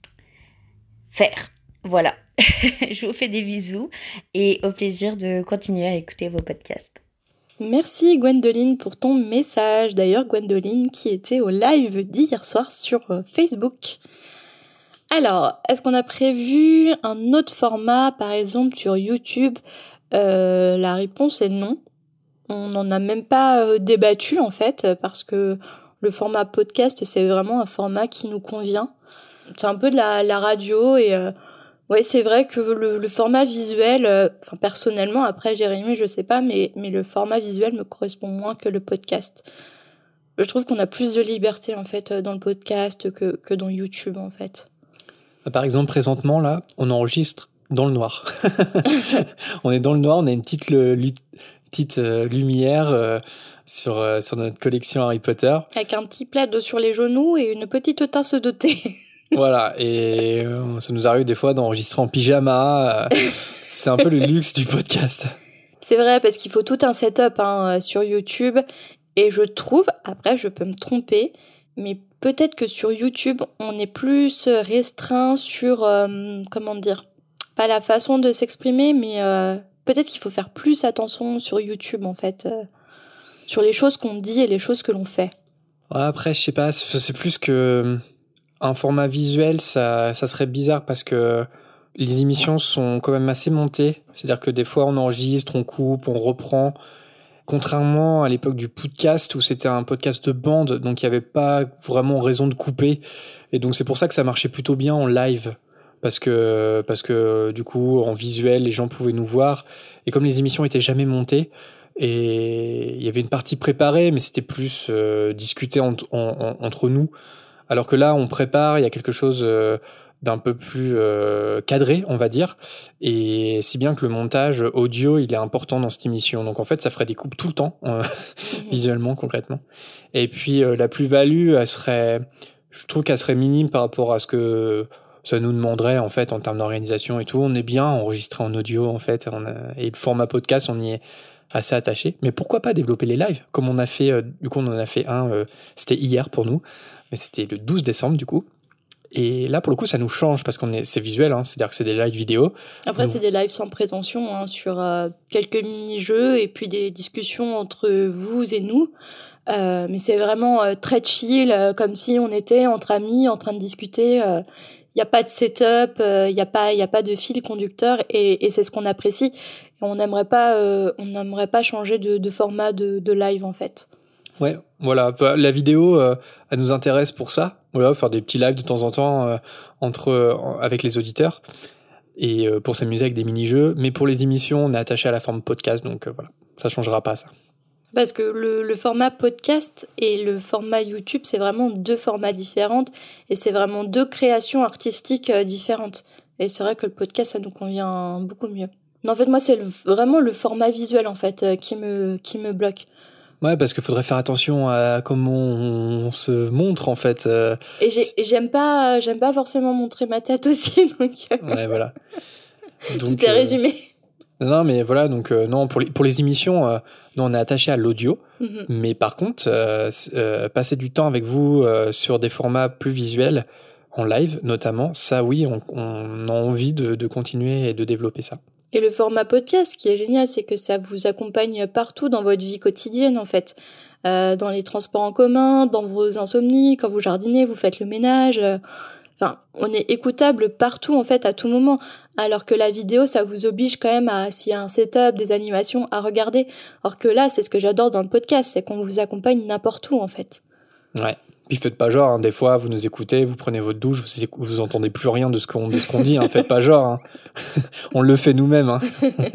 faire. Voilà, je vous fais des bisous et au plaisir de continuer à écouter vos podcasts. Merci Gwendoline pour ton message. D'ailleurs, Gwendoline qui était au live d'hier soir sur Facebook. Alors, est-ce qu'on a prévu un autre format, par exemple sur YouTube ? euh, La réponse est non. On n'en a même pas euh, débattu en fait, parce que le format podcast, c'est vraiment un format qui nous convient. C'est un peu de la, la radio et... Euh, Ouais, c'est vrai que le, le format visuel, euh, enfin personnellement, après Jérémy, je sais pas, mais mais le format visuel me correspond moins que le podcast. Je trouve qu'on a plus de liberté en fait dans le podcast que que dans YouTube en fait. Par exemple, présentement là, on enregistre dans le noir. On est dans le noir, on a une petite le, lu, petite euh, lumière euh, sur euh, sur notre collection Harry Potter. Avec un petit plaid sur les genoux et une petite tasse de thé. Voilà, et euh, ça nous arrive des fois d'enregistrer en pyjama. Euh, c'est un peu le luxe du podcast. C'est vrai, parce qu'il faut tout un setup hein, sur YouTube. Et je trouve, après je peux me tromper, mais peut-être que sur YouTube, on est plus restreint sur, euh, comment dire, pas la façon de s'exprimer, mais euh, peut-être qu'il faut faire plus attention sur YouTube, en fait, euh, sur les choses qu'on dit et les choses que l'on fait. Ouais, après, je sais pas, c'est plus que... Un format visuel, ça, ça serait bizarre parce que les émissions sont quand même assez montées. C'est-à-dire que des fois, on enregistre, on coupe, on reprend. contrairement à l'époque du podcast où c'était un podcast de bande, donc il n'y avait pas vraiment raison de couper. Et donc c'est pour ça que ça marchait plutôt bien en live. Parce que, parce que du coup, en visuel, les gens pouvaient nous voir. Et comme les émissions étaient jamais montées, et il y avait une partie préparée, mais c'était plus euh, discuté en, en, en, entre nous. Alors que là, on prépare, il y a quelque chose euh, d'un peu plus euh, cadré, on va dire. Et si bien que le montage audio, il est important dans cette émission. Donc en fait, ça ferait des coupes tout le temps, euh, mmh. visuellement, concrètement. Et puis euh, la plus-value, elle serait, je trouve qu'elle serait minime par rapport à ce que ça nous demanderait en fait en termes d'organisation et tout. On est bien enregistré en audio en fait, on a, et le format podcast, on y est assez attaché. Mais pourquoi pas développer les lives comme on a fait, euh, du coup on en a fait un, euh, c'était hier pour nous, mais c'était le douze décembre du coup. Et là pour le coup ça nous change parce qu'on est, c'est visuel, hein, c'est-à-dire que c'est des lives vidéo. Après nous... c'est des lives sans prétention, hein, sur euh, quelques mini-jeux et puis des discussions entre vous et nous. Euh, mais c'est vraiment euh, très chill, euh, comme si on était entre amis en train de discuter. Euh, Il y a pas de setup, il euh, y a pas il y a pas de fil conducteur et, et c'est ce qu'on apprécie. Et on n'aimerait pas euh, on n'aimerait pas changer de, de format de, de live en fait. Ouais, voilà, la vidéo euh, elle nous intéresse pour ça. Voilà, faire des petits lives de temps en temps euh, entre euh, avec les auditeurs et euh, pour s'amuser avec des mini-jeux, mais pour les émissions, on est attaché à la forme podcast donc euh, voilà, ça changera pas ça. Parce que le, le format podcast et le format YouTube, c'est vraiment deux formats différents et c'est vraiment deux créations artistiques différentes. Et c'est vrai que le podcast, ça nous convient beaucoup mieux. En fait, moi, c'est le, vraiment le format visuel en fait qui me qui me bloque. Ouais, parce qu'il faudrait faire attention à comment on se montre en fait. Et, j'ai, et j'aime pas j'aime pas forcément montrer ma tête aussi, donc. Ouais, voilà. Donc, tout est euh... résumé. Non, mais voilà, donc euh, non, pour les, pour les émissions, euh, nous, on est attaché à l'audio, mm-hmm. mais par contre, euh, euh, passer du temps avec vous euh, sur des formats plus visuels, en live notamment, ça oui, on, on a envie de, de continuer et de développer ça. Et le format podcast, ce qui est génial, c'est que ça vous accompagne partout dans votre vie quotidienne, en fait. Euh, dans les transports en commun, dans vos insomnies, quand vous jardinez, vous faites le ménage... Euh... Enfin, on est écoutable partout, en fait, à tout moment. Alors que la vidéo, ça vous oblige quand même à, s'il y a un setup, des animations, à regarder. Alors que là, c'est ce que j'adore dans le podcast, c'est qu'on vous accompagne n'importe où, en fait. Ouais. Puis faites pas genre, hein. Des fois, vous nous écoutez, vous prenez votre douche, vous, éc- vous entendez plus rien de ce qu'on, de ce qu'on dit, hein. Faites pas genre, hein. On le fait nous-mêmes, hein.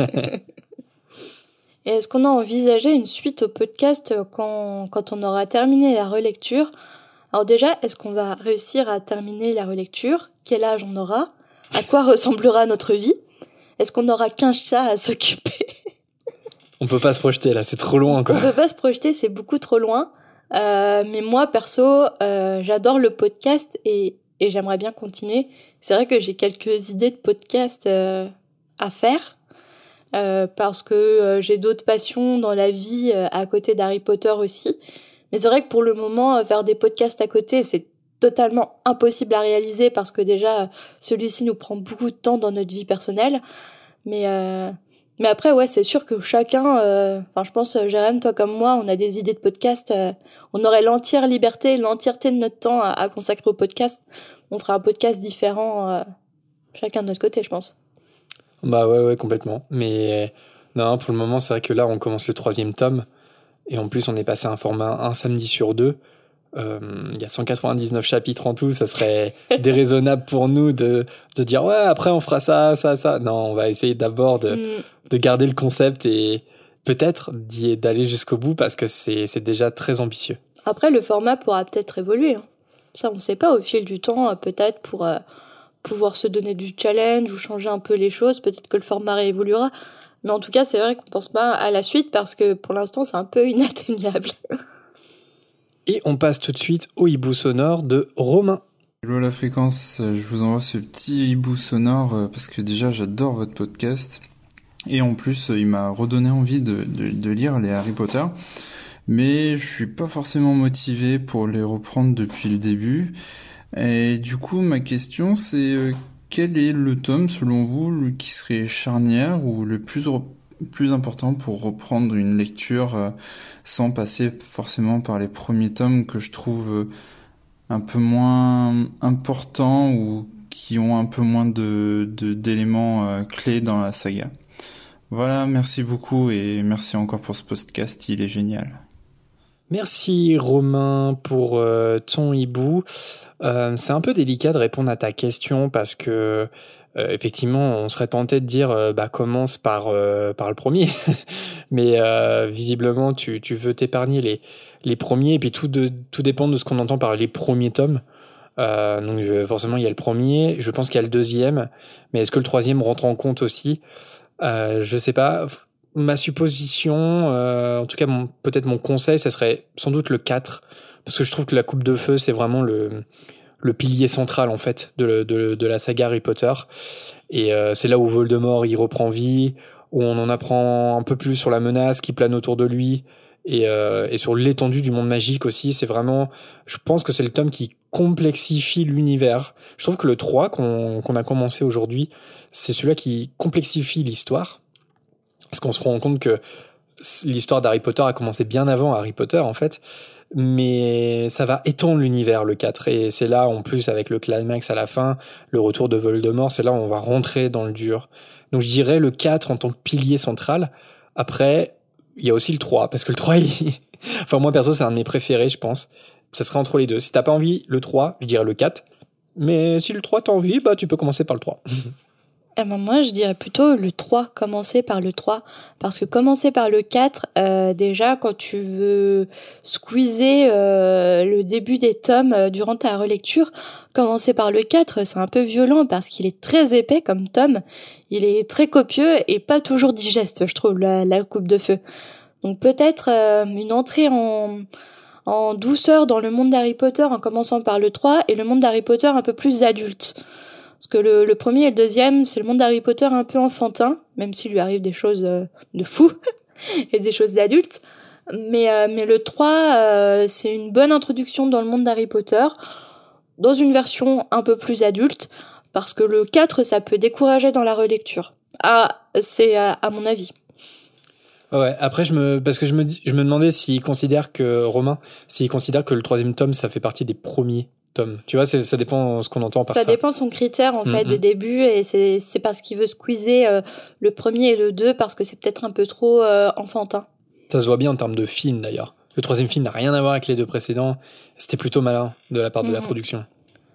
Et est-ce qu'on a envisagé une suite au podcast quand, quand on aura terminé la relecture ? Alors déjà, est-ce qu'on va réussir à terminer la relecture ? Quel âge on aura ? À quoi ressemblera notre vie ? Est-ce qu'on aura qu'un chat à s'occuper ? On peut pas se projeter là, c'est trop loin quoi. On peut pas se projeter, c'est beaucoup trop loin. Euh, mais moi, perso, euh, j'adore le podcast et, et j'aimerais bien continuer. C'est vrai que j'ai quelques idées de podcast euh, à faire euh, parce que euh, j'ai d'autres passions dans la vie euh, à côté d'Harry Potter aussi. Mais c'est vrai que pour le moment, faire des podcasts à côté, c'est totalement impossible à réaliser parce que déjà, celui-ci nous prend beaucoup de temps dans notre vie personnelle. Mais, euh, mais après, ouais, c'est sûr que chacun, euh, enfin, je pense, Jérém, toi comme moi, on a des idées de podcast. Euh, on aurait l'entière liberté, l'entièreté de notre temps à, à consacrer au podcast. On ferait un podcast différent, euh, chacun de notre côté, je pense. Bah ouais, ouais, complètement. Mais non, pour le moment, c'est vrai que là, on commence le troisième tome. Et en plus, on est passé à un format un samedi sur deux. Il euh, y a cent quatre-vingt-dix-neuf chapitres en tout. Ça serait déraisonnable pour nous de, de dire « Ouais, après, on fera ça, ça, ça. » Non, on va essayer d'abord de, mm. de garder le concept et peut-être d'y, d'aller jusqu'au bout parce que c'est, c'est déjà très ambitieux. Après, le format pourra peut-être évoluer. Hein. Ça, on ne sait pas au fil du temps. Peut-être pour euh, pouvoir se donner du challenge ou changer un peu les choses. Peut-être que le format réévoluera. Mais en tout cas, c'est vrai qu'on pense pas à la suite parce que pour l'instant, c'est un peu inatteignable. Et on passe tout de suite au hibou sonore de Romain. Hello la fréquence, je vous envoie ce petit hibou sonore parce que déjà j'adore votre podcast. Et en plus, il m'a redonné envie de, de, de lire les Harry Potter. Mais je suis pas forcément motivé pour les reprendre depuis le début. Et du coup, ma question c'est... Quel est le tome, selon vous, le, qui serait charnière ou le plus, plus important pour reprendre une lecture euh, sans passer forcément par les premiers tomes que je trouve euh, un peu moins importants ou qui ont un peu moins de, de, d'éléments euh, clés dans la saga ? Voilà, merci beaucoup et merci encore pour ce podcast, il est génial. Merci Romain pour euh, ton hibou. Euh, c'est un peu délicat de répondre à ta question parce que euh, effectivement on serait tenté de dire euh, bah commence par euh, par le premier, mais euh, visiblement tu tu veux t'épargner les les premiers et puis tout de tout dépend de ce qu'on entend par les premiers tomes. Euh, donc euh, forcément il y a le premier, je pense qu'il y a le deuxième, mais est-ce que le troisième rentre en compte aussi? Euh, je sais pas. Ma supposition, euh, en tout cas mon, peut-être mon conseil, ça serait sans doute le quatre, parce que je trouve que la coupe de feu c'est vraiment le, le pilier central en fait de, de, de la saga Harry Potter, et euh, c'est là où Voldemort il reprend vie, où on en apprend un peu plus sur la menace qui plane autour de lui, et, euh, et sur l'étendue du monde magique aussi. C'est vraiment, je pense que c'est le tome qui complexifie l'univers. Je trouve que le trois qu'on, qu'on a commencé aujourd'hui, c'est celui-là qui complexifie l'histoire, parce qu'on se rend compte que l'histoire d'Harry Potter a commencé bien avant Harry Potter, en fait. Mais ça va étendre l'univers, le quatre. Et c'est là, en plus, avec le climax à la fin, le retour de Voldemort, c'est là où on va rentrer dans le dur. Donc je dirais le quatre en tant que pilier central. Après, il y a aussi le trois, parce que le trois, il... enfin moi perso, c'est un de mes préférés, je pense. Ça serait entre les deux. Si t'as pas envie, le trois, je dirais le quatre. Mais si le trois t'as envie, bah tu peux commencer par le trois. Eh ben moi, je dirais plutôt le trois, commencer par le trois. Parce que commencer par le quatre, euh, déjà, quand tu veux squeezer euh, le début des tomes euh, durant ta relecture, commencer par le quatre, c'est un peu violent parce qu'il est très épais comme tome. Il est très copieux et pas toujours digeste, je trouve, la, la coupe de feu. Donc peut-être euh, une entrée en, en douceur dans le monde d'Harry Potter en commençant par le trois, et le monde d'Harry Potter un peu plus adulte. Parce que le, le premier et le deuxième, c'est le monde d'Harry Potter un peu enfantin, même s'il lui arrive des choses euh, de fou et des choses d'adultes. Mais, euh, mais le trois, euh, c'est une bonne introduction dans le monde d'Harry Potter, dans une version un peu plus adulte, parce que le quatre, ça peut décourager dans la relecture. Ah, c'est à, à mon avis. Ouais, après, je me, parce que je me, je me demandais s'il considère que, Romain, s'il considère que le troisième tome, ça fait partie des premiers tomes. Tu vois, c'est, ça dépend ce qu'on entend par ça. Ça dépend son critère, en fait, mm-hmm. des débuts, et c'est, c'est parce qu'il veut squeezer euh, le premier et le deux, parce que c'est peut-être un peu trop euh, enfantin. Ça se voit bien en termes de film, d'ailleurs. Le troisième film n'a rien à voir avec les deux précédents. C'était plutôt malin de la part de mm-hmm. la production.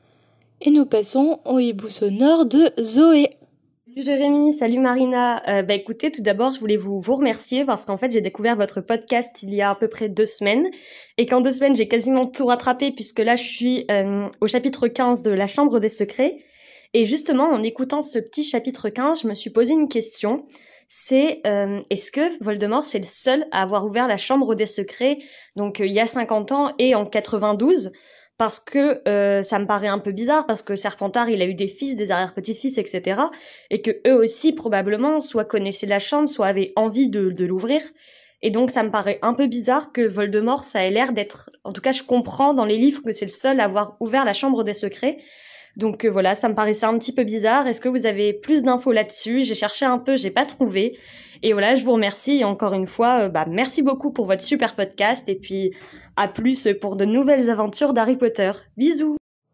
Et nous passons au hibou sonore de Zoé. Salut Jérémy, salut Marina. Euh, bah écoutez, tout d'abord, je voulais vous vous remercier parce qu'en fait, j'ai découvert votre podcast il y a à peu près deux semaines et qu'en deux semaines, j'ai quasiment tout rattrapé puisque là, je suis euh, au chapitre quinze de La Chambre des Secrets. Et justement, en écoutant ce petit chapitre quinze, je me suis posé une question. C'est euh, est-ce que Voldemort, c'est le seul à avoir ouvert la Chambre des Secrets, donc euh, il y a cinquante ans et en quatre-vingt-douze? Parce que euh, ça me paraît un peu bizarre, parce que Serpentard, il a eu des fils, des arrière-petits-fils, et cetera. Et que eux aussi, probablement, soit connaissaient la chambre, soit avaient envie de, de l'ouvrir. Et donc, ça me paraît un peu bizarre que Voldemort, ça ait l'air d'être... En tout cas, je comprends dans les livres que c'est le seul à avoir ouvert la chambre des secrets. Donc euh, voilà, ça me paraissait un petit peu bizarre. Est-ce que vous avez plus d'infos là-dessus? J'ai cherché un peu, j'ai pas trouvé. Et voilà, je vous remercie. Et encore une fois, euh, bah merci beaucoup pour votre super podcast. Et puis, à plus pour de nouvelles aventures d'Harry Potter. Bisous!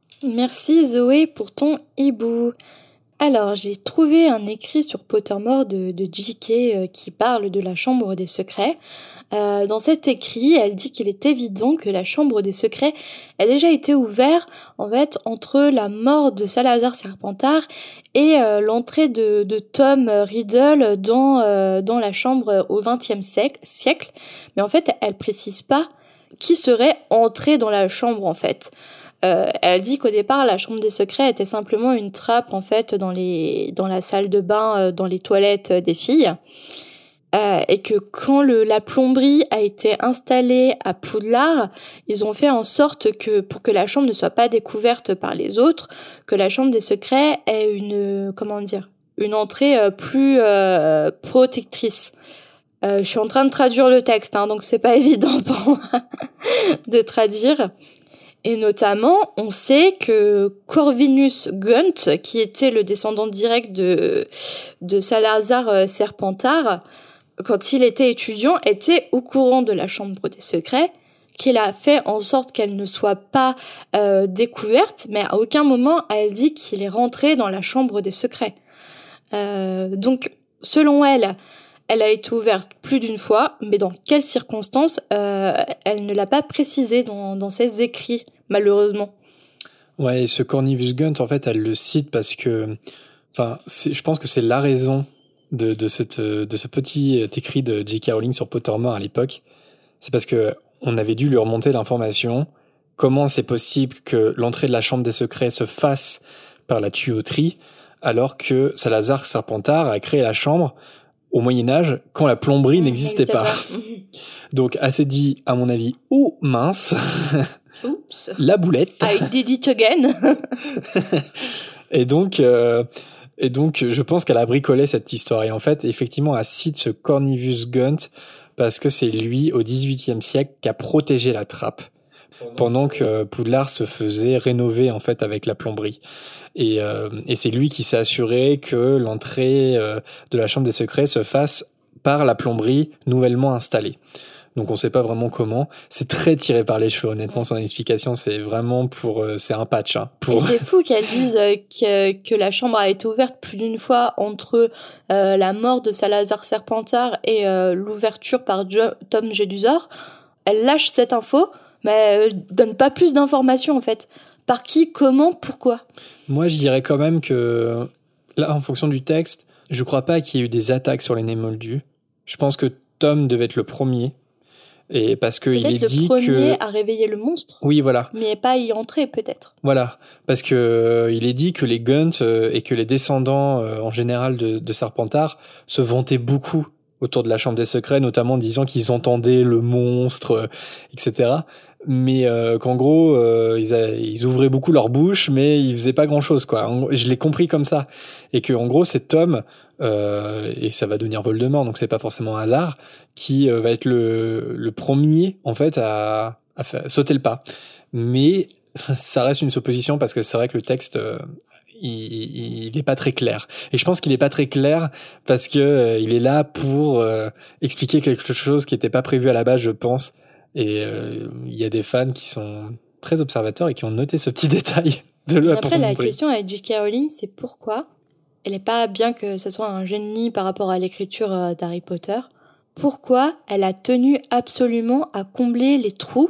Merci Zoé pour ton hibou. Alors, j'ai trouvé un écrit sur Pottermore de, de J K euh, qui parle de la Chambre des Secrets. Euh, dans cet écrit, elle dit qu'il est évident que la Chambre des Secrets a déjà été ouverte en fait entre la mort de Salazar Serpentard et euh, l'entrée de, de Tom Riddle dans euh, dans la chambre au vingtième siècle. Mais en fait, elle précise pas qui serait entré dans la chambre en fait. Euh, elle dit qu'au départ, la chambre des secrets était simplement une trappe en fait dans les dans la salle de bain, euh, dans les toilettes euh, des filles, euh, et que quand le la plomberie a été installée à Poudlard, ils ont fait en sorte que pour que la chambre ne soit pas découverte par les autres, que la chambre des secrets ait une comment dire une entrée euh, plus euh, protectrice. Euh, je suis en train de traduire le texte, hein, donc c'est pas évident pour moi de traduire. Et notamment, on sait que Corvinus Gunt, qui était le descendant direct de, de Salazar Serpentard, quand il était étudiant, était au courant de la Chambre des Secrets, qu'il a fait en sorte qu'elle ne soit pas euh, découverte, mais à aucun moment elle dit qu'il est rentré dans la Chambre des Secrets. Euh, donc, selon elle, elle a été ouverte plus d'une fois, mais dans quelles circonstances, euh, elle ne l'a pas précisé dans, dans ses écrits, malheureusement. Ouais, et ce Cornelius Gunt, en fait, elle le cite parce que, enfin, c'est, je pense que c'est la raison de, de, cette, de ce petit écrit de J K. Rowling sur Pottermore à l'époque. C'est parce que on avait dû lui remonter l'information. Comment c'est possible que l'entrée de la Chambre des Secrets se fasse par la tuyauterie, alors que Salazar Serpentard a créé la chambre au Moyen-Âge, quand la plomberie mmh, n'existait pas. pas. Donc, elle s'est dit, à mon avis, oh mince, Oups. La boulette. I did it again. et donc, euh, et donc, je pense qu'elle a bricolé cette histoire. Et en fait, effectivement, elle cite ce Cornelius Gunt parce que c'est lui, au dix-huitième siècle, qui a protégé la trappe pendant que Poudlard se faisait rénover en fait avec la plomberie. Et, euh, et c'est lui qui s'est assuré que l'entrée euh, de la Chambre des Secrets se fasse par la plomberie nouvellement installée. Donc on sait pas vraiment comment. C'est très tiré par les cheveux, honnêtement, son explication. C'est vraiment pour... Euh, c'est un patch. Hein, pour... Et c'est fou qu'elle dise euh, que, que la chambre a été ouverte plus d'une fois entre euh, la mort de Salazar Serpentard et euh, l'ouverture par jo- Tom Jedusor. Elle lâche cette info, mais euh, donne pas plus d'informations en fait. Par qui, comment, pourquoi ? Moi, je dirais quand même que, là, en fonction du texte, je crois pas qu'il y ait eu des attaques sur les nez moldus. Je pense que Tom devait être le premier. Et parce que il est dit que... Peut-être le premier à réveiller le monstre. Oui, voilà. Mais pas y entrer, peut-être. Voilà. Parce que euh, il est dit que les Gunt euh, et que les descendants, euh, en général, de, de Serpentard se vantaient beaucoup autour de la Chambre des Secrets, notamment en disant qu'ils entendaient le monstre, euh, et cetera. Mais euh, qu'en gros, euh, ils, a, ils ouvraient beaucoup leur bouche, mais ils faisaient pas grand-chose, quoi. En, je l'ai compris comme ça. Et que en gros, c'est Tom, euh, et ça va devenir Voldemort, donc c'est pas forcément un hasard, qui euh, va être le, le premier, en fait, à, à faire, sauter le pas. Mais ça reste une supposition, parce que c'est vrai que le texte... Euh, il, il est pas très clair. Et je pense qu'il est pas très clair parce que euh, il est là pour euh, expliquer quelque chose qui était pas prévu à la base, je pense. Et il euh, y a des fans qui sont très observateurs et qui ont noté ce petit détail de la Après, la question avec J K. Rowling, c'est pourquoi elle est pas, bien que ce soit un génie par rapport à l'écriture d'Harry Potter, pourquoi elle a tenu absolument à combler les trous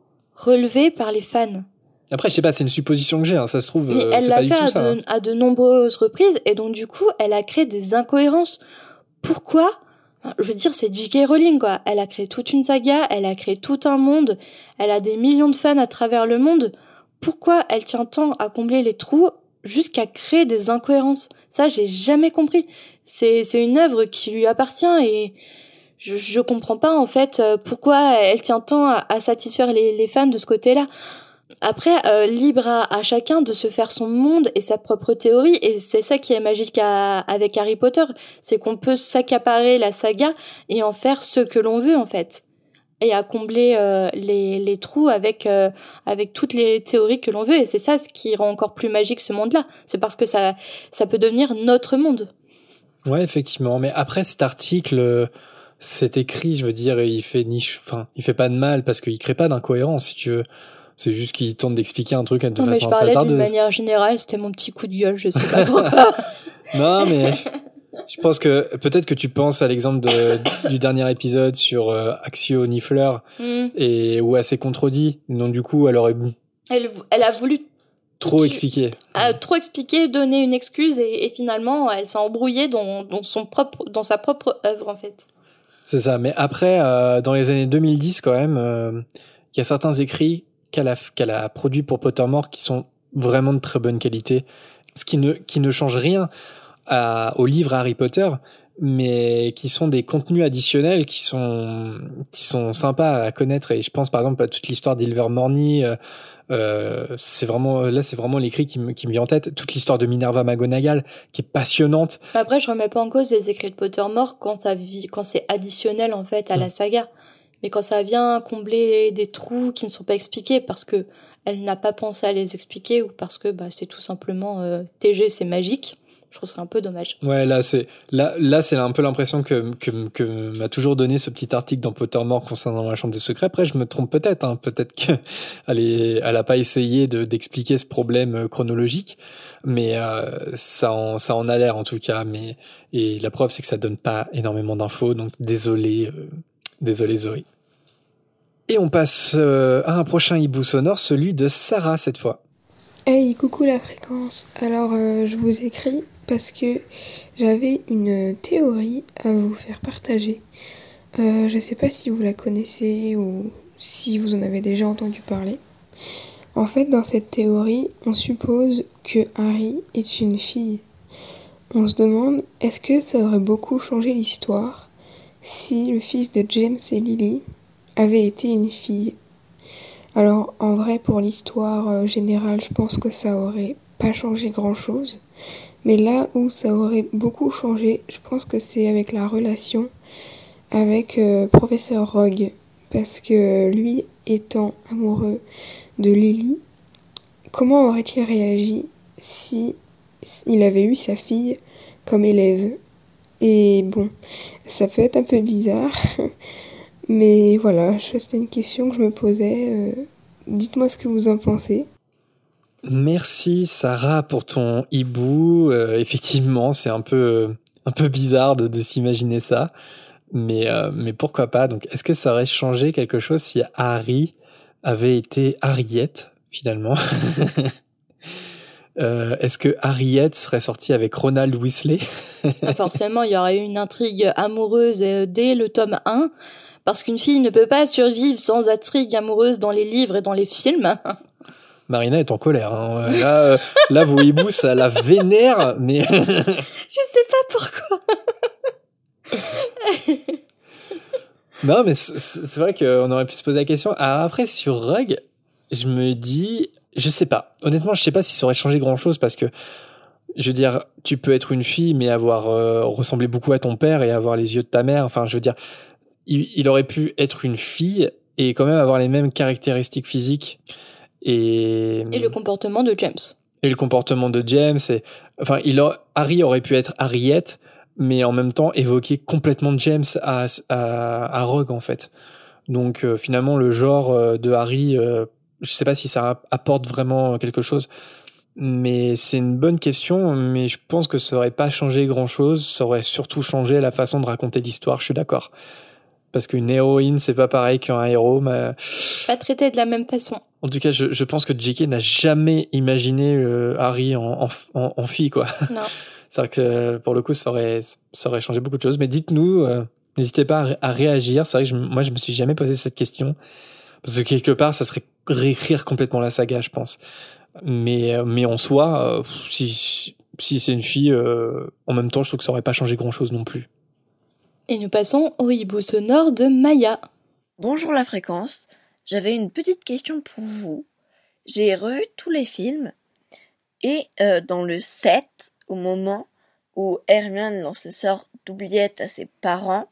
relevés par les fans. Après, je sais pas, c'est une supposition que j'ai, hein, ça se trouve, mais euh, elle c'est l'a pas du fait tout à, ça. de, Hein. à de nombreuses reprises, et donc du coup, elle a créé des incohérences. Pourquoi ? Je veux dire, c'est J K. Rowling, quoi. Elle a créé toute une saga, elle a créé tout un monde, elle a des millions de fans à travers le monde. Pourquoi elle tient tant à combler les trous jusqu'à créer des incohérences ? Ça, j'ai jamais compris. C'est, c'est une œuvre qui lui appartient et je, je comprends pas, en fait, pourquoi elle tient tant à, à satisfaire les, les fans de ce côté-là. Après, euh, libre à, à chacun de se faire son monde et sa propre théorie, et c'est ça qui est magique à, avec Harry Potter, c'est qu'on peut s'accaparer la saga et en faire ce que l'on veut en fait, et à combler euh, les, les trous avec euh, avec toutes les théories que l'on veut, et c'est ça ce qui rend encore plus magique ce monde-là. C'est parce que ça ça peut devenir notre monde. Ouais, effectivement. Mais après cet article, cet écrit, je veux dire, il fait niche, enfin, il fait pas de mal parce qu'il crée pas d'incohérence, si tu veux. C'est juste qu'il tente d'expliquer un truc à de façon hasardeuse. Non, mais je parlais d'une manière générale, c'était mon petit coup de gueule, je sais pas pourquoi. Non, mais je pense que peut-être que tu penses à l'exemple de, du dernier épisode sur euh, Axio Nifleur, mm. et où elle s'est contredit. Donc du coup, elle aurait... Elle, elle a voulu... Trop expliquer. A trop expliquer, donner une excuse, et, et finalement, elle s'est embrouillée dans, dans, son propre, dans sa propre œuvre, en fait. C'est ça. Mais après, euh, dans les années deux mille dix, quand même, il euh, y a certains écrits qu'elle a, qu'elle a produit pour Pottermore qui sont vraiment de très bonne qualité, ce qui ne, qui ne change rien à, au livre Harry Potter, mais qui sont des contenus additionnels qui sont, qui sont sympas à connaître. Et je pense par exemple à toute l'histoire d'Ilvermorny, euh, euh, c'est vraiment, là c'est vraiment l'écrit qui me, qui me vient en tête, toute l'histoire de Minerva McGonagall qui est passionnante. Après, je remets pas en cause les écrits de Pottermore quand ça vit, quand c'est additionnel en fait à mmh. la saga. Mais quand ça vient combler des trous qui ne sont pas expliqués parce que elle n'a pas pensé à les expliquer ou parce que bah c'est tout simplement euh, T G c'est magique, Je trouve ça un peu dommage. Ouais, là, c'est, là, là, c'est un peu l'impression que, que, que m'a toujours donné ce petit article dans Pottermore concernant la Chambre des Secrets. Après, je me trompe peut-être, hein. Peut-être qu'elle est, elle a pas essayé de, d'expliquer ce problème chronologique, mais euh, ça, en, ça en a l'air en tout cas. Mais, et la preuve, c'est que ça donne pas énormément d'infos, donc désolé, euh, désolé Zoé. Et on passe euh, à un prochain hibou sonore, celui de Sarah cette fois. Hey, coucou la fréquence. Alors, euh, je vous écris parce que j'avais une théorie à vous faire partager. Euh, je sais pas si vous la connaissez ou si vous en avez déjà entendu parler. En fait, dans cette théorie, on suppose que Harry est une fille. On se demande, est-ce que ça aurait beaucoup changé l'histoire si le fils de James et Lily avait été une fille? Alors, en vrai, pour l'histoire euh, générale, je pense que ça aurait pas changé grand-chose. Mais là où ça aurait beaucoup changé, je pense que c'est avec la relation avec euh, Professeur Rogue. Parce que lui, étant amoureux de Lily, comment aurait-il réagi si il avait eu sa fille comme élève? Et bon, ça peut être un peu bizarre, mais voilà, c'était une question que je me posais. Euh, dites-moi ce que vous en pensez. Merci Sarah pour ton hibou. Euh, effectivement, c'est un peu, un peu bizarre de, de s'imaginer ça, mais, euh, mais pourquoi pas. Donc, est-ce que ça aurait changé quelque chose si Harry avait été Harriet finalement? euh, Est-ce que Harriet serait sortie avec Ronald Weasley? Forcément, il y aurait eu une intrigue amoureuse dès le tome un, parce qu'une fille ne peut pas survivre sans intrigue amoureuse dans les livres et dans les films. Marina est en colère. Hein. Là, euh, là, vos hiboux, ça la vénère, mais... Je sais pas pourquoi. Non, mais c'est, c'est vrai qu'on aurait pu se poser la question. Alors après, sur Rogue, je me dis... Je sais pas. Honnêtement, je sais pas si ça aurait changé grand-chose, parce que, je veux dire, tu peux être une fille, mais avoir euh, ressemblé beaucoup à ton père et avoir les yeux de ta mère. Enfin, je veux dire, il, il aurait pu être une fille et quand même avoir les mêmes caractéristiques physiques. Et, et le comportement de James. Et le comportement de James. Et, enfin, il a, Harry aurait pu être Harriet, mais en même temps évoquer complètement James à, à, à Rogue, en fait. Donc, euh, finalement, le genre euh, de Harry, euh, je sais pas si ça apporte vraiment quelque chose, mais c'est une bonne question, mais je pense que ça aurait pas changé grand-chose. Ça aurait surtout changé la façon de raconter l'histoire, je suis d'accord. Parce qu'une héroïne, c'est pas pareil qu'un héros, mais... Pas traité de la même façon. En tout cas, je, je pense que J K n'a jamais imaginé euh, Harry en, en, en, en fille, quoi. Non. C'est vrai que euh, pour le coup, ça aurait, ça aurait changé beaucoup de choses. Mais dites-nous, euh, n'hésitez pas à, à réagir. C'est vrai que je, moi, je me suis jamais posé cette question. Parce que quelque part, ça serait réécrire complètement la saga, je pense. Mais, mais en soi, euh, si, si c'est une fille, euh, en même temps, je trouve que ça aurait pas changé grand-chose non plus. Et nous passons au hibou sonore de Maya. Bonjour la fréquence. J'avais une petite question pour vous. J'ai revu tous les films et euh, dans le sept, au moment où Hermione lance le sort d'oubliette à ses parents,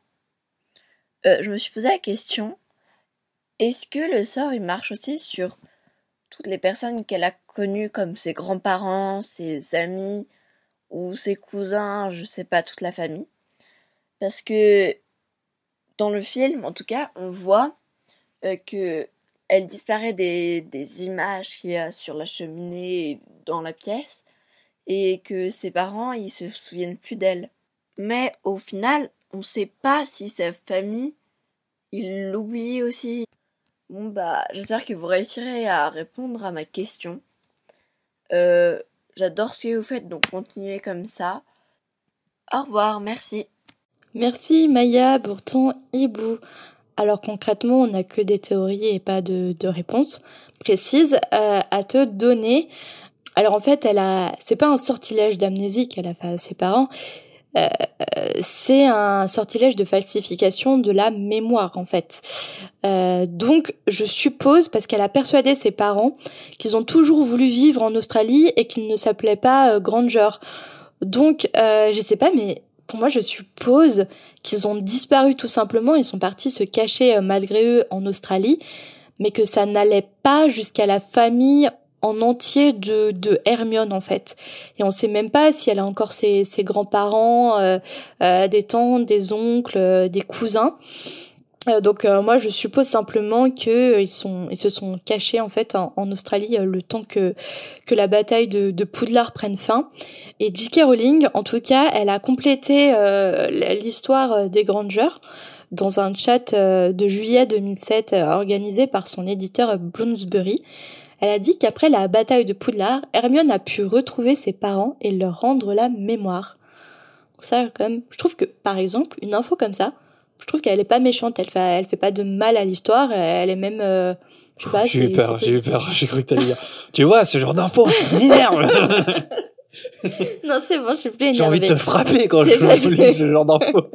euh, je me suis posé la question, est-ce que le sort il marche aussi sur toutes les personnes qu'elle a connues comme ses grands-parents, ses amis ou ses cousins, je sais pas, toute la famille? Parce que dans le film, en tout cas, on voit euh, que elle disparaît des, des images qu'il y a sur la cheminée et dans la pièce, et que ses parents, ils se souviennent plus d'elle. Mais au final, on sait pas si sa famille, ils l'oublient aussi. Bon bah, j'espère que vous réussirez à répondre à ma question. Euh, j'adore ce que vous faites, donc continuez comme ça. Au revoir, merci. Merci Maya pour ton hibou. Alors concrètement, on n'a que des théories et pas de, de réponses précises euh, à te donner. Alors en fait, elle a, c'est pas un sortilège d'amnésie qu'elle a fait à ses parents, euh, c'est un sortilège de falsification de la mémoire en fait. Euh, donc je suppose, parce qu'elle a persuadé ses parents qu'ils ont toujours voulu vivre en Australie et qu'ils ne s'appelaient pas euh, Granger. Donc euh, je sais pas, mais pour moi je suppose qu'ils ont disparu tout simplement, ils sont partis se cacher euh, malgré eux en Australie, mais que ça n'allait pas jusqu'à la famille en entier de, de Hermione en fait. Et on sait même pas si elle a encore ses, ses grands-parents, euh, euh, des tantes, des oncles, euh, des cousins. Euh, donc euh, moi je suppose simplement que euh, ils sont ils se sont cachés en fait en, en Australie euh, le temps que que la bataille de, de Poudlard prenne fin. Et J K Rowling en tout cas elle a complété euh, l'histoire des Granger dans un chat euh, de juillet deux mille sept euh, organisé par son éditeur Bloomsbury. Elle a dit qu'après la bataille de Poudlard, Hermione a pu retrouver ses parents et leur rendre la mémoire. Donc ça, quand même, je trouve que, par exemple, une info comme ça, je trouve qu'elle est pas méchante, elle fait, elle fait pas de mal à l'histoire, elle est même, euh, je sais pas, J'ai eu c'est, peur, c'est j'ai eu positif. peur, j'ai cru que t'allais dire. Tu vois, ce genre d'info, ça m'énerve. Non, c'est bon, je suis plus énervée. J'ai envie de te frapper quand C'est je pas- lis ce genre d'info.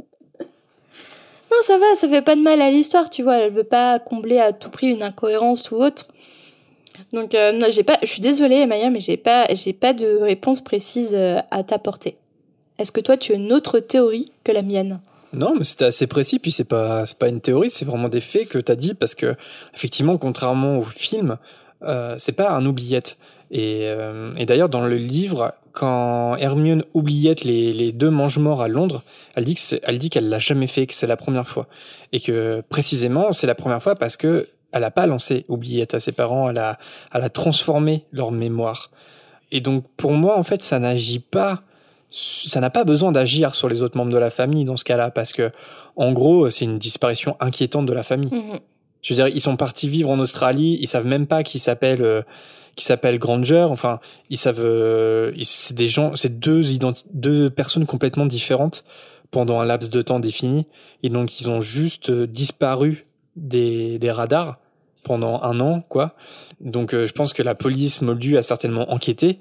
Non, ça va, ça fait pas de mal à l'histoire, tu vois, elle veut pas combler à tout prix une incohérence ou autre. Donc, euh, non, j'ai pas, je suis désolée, Maya, mais j'ai pas, j'ai pas de réponse précise euh, à t'apporter. Est-ce que toi, tu as une autre théorie que la mienne? Non, mais c'était assez précis, puis c'est pas, c'est pas une théorie, c'est vraiment des faits que t'as dit, parce que, effectivement, contrairement au film, euh, c'est pas un oubliette. Et, euh, et d'ailleurs, dans le livre, quand Hermione oubliette les, les deux mange-morts à Londres, elle dit que c'est, elle dit qu'elle l'a jamais fait, que c'est la première fois. Et que, précisément, c'est la première fois parce que elle a pas lancé oubliette à ses parents, elle a, elle a transformé leur mémoire. Et donc, pour moi, en fait, ça n'agit pas, ça n'a pas besoin d'agir sur les autres membres de la famille dans ce cas-là, parce que, en gros, c'est une disparition inquiétante de la famille. Mhm. Je veux dire, ils sont partis vivre en Australie, ils savent même pas qui s'appelle, euh, qui s'appelle Granger. Enfin, ils savent, euh, ils- c'est des gens, c'est deux identi- deux personnes complètement différentes pendant un laps de temps défini, et donc ils ont juste euh, disparu des des radars pendant un an, quoi. Donc, euh, je pense que la police Moldu a certainement enquêté,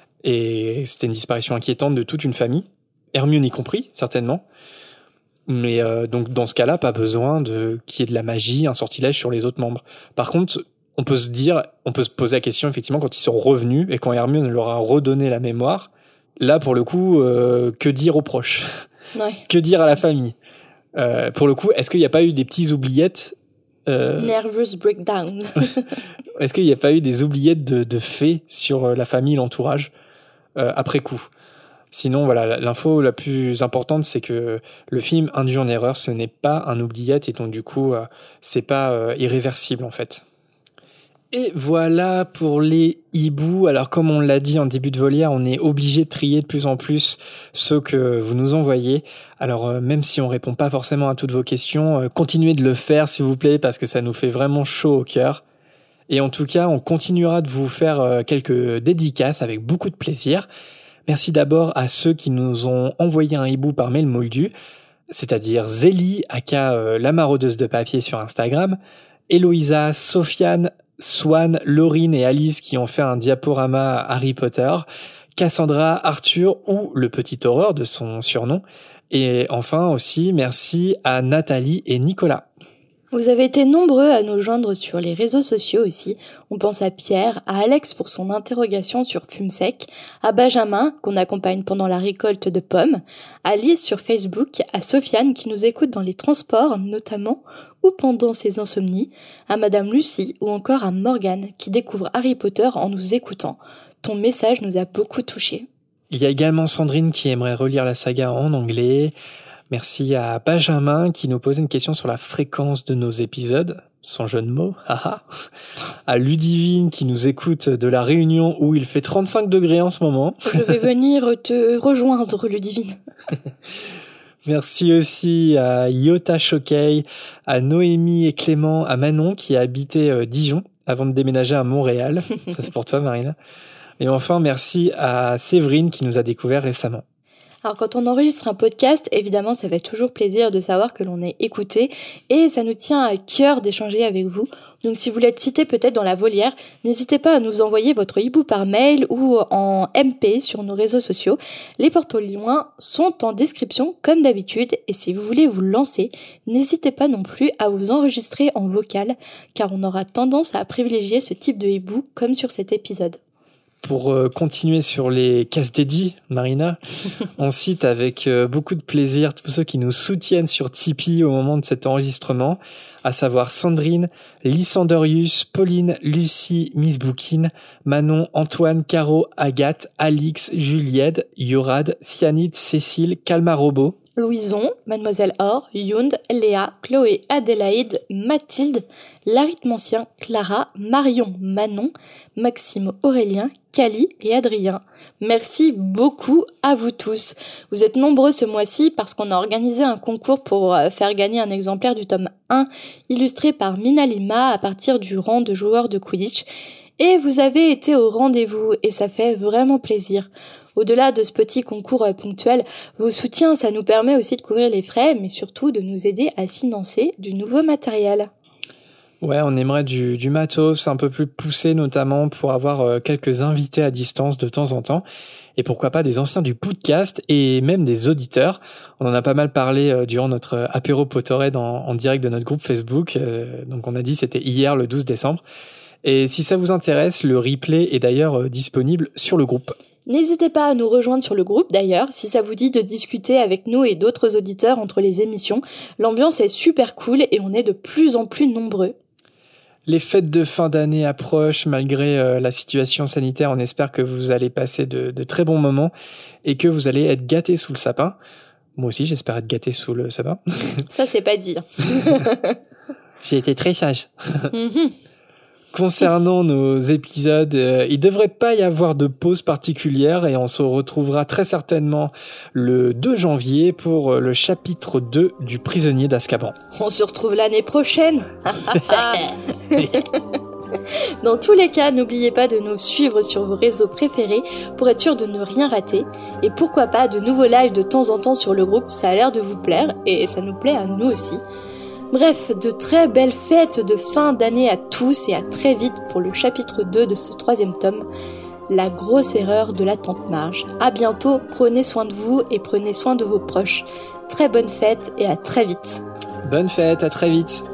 et c'était une disparition inquiétante de toute une famille, Hermione y compris, certainement. Mais euh, donc dans ce cas-là, pas besoin de qu'il y ait de la magie, un sortilège sur les autres membres. Par contre, on peut se dire, on peut se poser la question effectivement quand ils sont revenus et quand Hermione leur a redonné la mémoire. Là, pour le coup, euh, que dire aux proches? Ouais. Que dire à la famille? euh, Pour le coup, est-ce qu'il n'y a pas eu des petits oubliettes euh, Nervous breakdown. Est-ce qu'il n'y a pas eu des oubliettes de, de faits sur euh, la famille, l'entourage euh, après coup? Sinon, voilà, l'info la plus importante, c'est que le film induit en erreur, ce n'est pas un oubliette, et donc du coup, euh, c'est pas euh, irréversible en fait. Et voilà pour les hiboux. Alors comme on l'a dit en début de volière, on est obligé de trier de plus en plus ceux que vous nous envoyez. Alors euh, même si on répond pas forcément à toutes vos questions, euh, continuez de le faire s'il vous plaît, parce que ça nous fait vraiment chaud au cœur. Et en tout cas, on continuera de vous faire euh, quelques dédicaces avec beaucoup de plaisir. Merci d'abord à ceux qui nous ont envoyé un hibou par mail moldu, c'est-à-dire Zélie, aka euh, la maraudeuse de papier sur Instagram, Héloïsa, Sofiane, Swan, Laurine et Alice qui ont fait un diaporama Harry Potter, Cassandra, Arthur ou le petit horreur de son surnom, et enfin aussi merci à Nathalie et Nicolas. Vous avez été nombreux à nous joindre sur les réseaux sociaux aussi. On pense à Pierre, à Alex pour son interrogation sur Fumsec, à Benjamin qu'on accompagne pendant la récolte de pommes, à Lise sur Facebook, à Sofiane qui nous écoute dans les transports notamment ou pendant ses insomnies, à Madame Lucie ou encore à Morgane qui découvre Harry Potter en nous écoutant. Ton message nous a beaucoup touchés. Il y a également Sandrine qui aimerait relire la saga en anglais. Merci à Benjamin qui nous posait une question sur la fréquence de nos épisodes, sans jeu de mots, haha. À Ludivine qui nous écoute de la Réunion où il fait trente-cinq degrés en ce moment. Je vais venir te rejoindre, Ludivine. Merci aussi à Yota Shokei, à Noémie et Clément, à Manon qui a habité euh, Dijon avant de déménager à Montréal. Ça c'est pour toi Marina. Et enfin merci à Séverine qui nous a découvert récemment. Alors quand on enregistre un podcast, évidemment ça fait toujours plaisir de savoir que l'on est écouté et ça nous tient à cœur d'échanger avec vous. Donc si vous voulez être cité peut-être dans la volière, n'hésitez pas à nous envoyer votre hibou par mail ou en M P sur nos réseaux sociaux. Les portes au liens sont en description comme d'habitude et si vous voulez vous lancer, n'hésitez pas non plus à vous enregistrer en vocal car on aura tendance à privilégier ce type de hibou comme sur cet épisode. Pour euh, continuer sur les cases dédiées, Marina, on cite avec euh, beaucoup de plaisir tous ceux qui nous soutiennent sur Tipeee au moment de cet enregistrement, à savoir Sandrine, Lysanderius, Pauline, Lucie, Miss Boukine, Manon, Antoine, Caro, Agathe, Alix, Juliette, Yorad, Cyanide, Cécile, Calma Robot, Louison, Mademoiselle Or, Yound, Léa, Chloé, Adélaïde, Mathilde, l'arithmancien, Clara, Marion, Manon, Maxime, Aurélien, Cali et Adrien. Merci beaucoup à vous tous. Vous êtes nombreux ce mois-ci parce qu'on a organisé un concours pour faire gagner un exemplaire du tome un illustré par Mina Lima à partir du rang de joueur de Quidditch. Et vous avez été au rendez-vous et ça fait vraiment plaisir. Au-delà de ce petit concours ponctuel, vos soutiens, ça nous permet aussi de couvrir les frais, mais surtout de nous aider à financer du nouveau matériel. Ouais, on aimerait du, du matos un peu plus poussé, notamment pour avoir euh, quelques invités à distance de temps en temps. Et pourquoi pas des anciens du podcast et même des auditeurs. On en a pas mal parlé euh, durant notre apéro Potterhead en, en direct de notre groupe Facebook. Euh, donc on a dit c'était hier le douze décembre. Et si ça vous intéresse, le replay est d'ailleurs euh, disponible sur le groupe. N'hésitez pas à nous rejoindre sur le groupe d'ailleurs, si ça vous dit de discuter avec nous et d'autres auditeurs entre les émissions. L'ambiance est super cool et on est de plus en plus nombreux. Les fêtes de fin d'année approchent malgré euh, la situation sanitaire. On espère que vous allez passer de, de très bons moments et que vous allez être gâtés sous le sapin. Moi aussi, j'espère être gâté sous le sapin. Ça, c'est pas dit. J'ai été très sage. Mm-hmm. Concernant nos épisodes, euh, il devrait pas y avoir de pause particulière et on se retrouvera très certainement le deux janvier pour le chapitre deux du Prisonnier d'Azkaban. On se retrouve l'année prochaine. Dans tous les cas, n'oubliez pas de nous suivre sur vos réseaux préférés pour être sûr de ne rien rater. Et pourquoi pas de nouveaux lives de temps en temps sur le groupe, ça a l'air de vous plaire et ça nous plaît à nous aussi. Bref, de très belles fêtes de fin d'année à tous et à très vite pour le chapitre deux de ce troisième tome, La grosse erreur de la tante Marge. À bientôt, prenez soin de vous et prenez soin de vos proches. Très bonne fête et à très vite. Bonne fête, à très vite.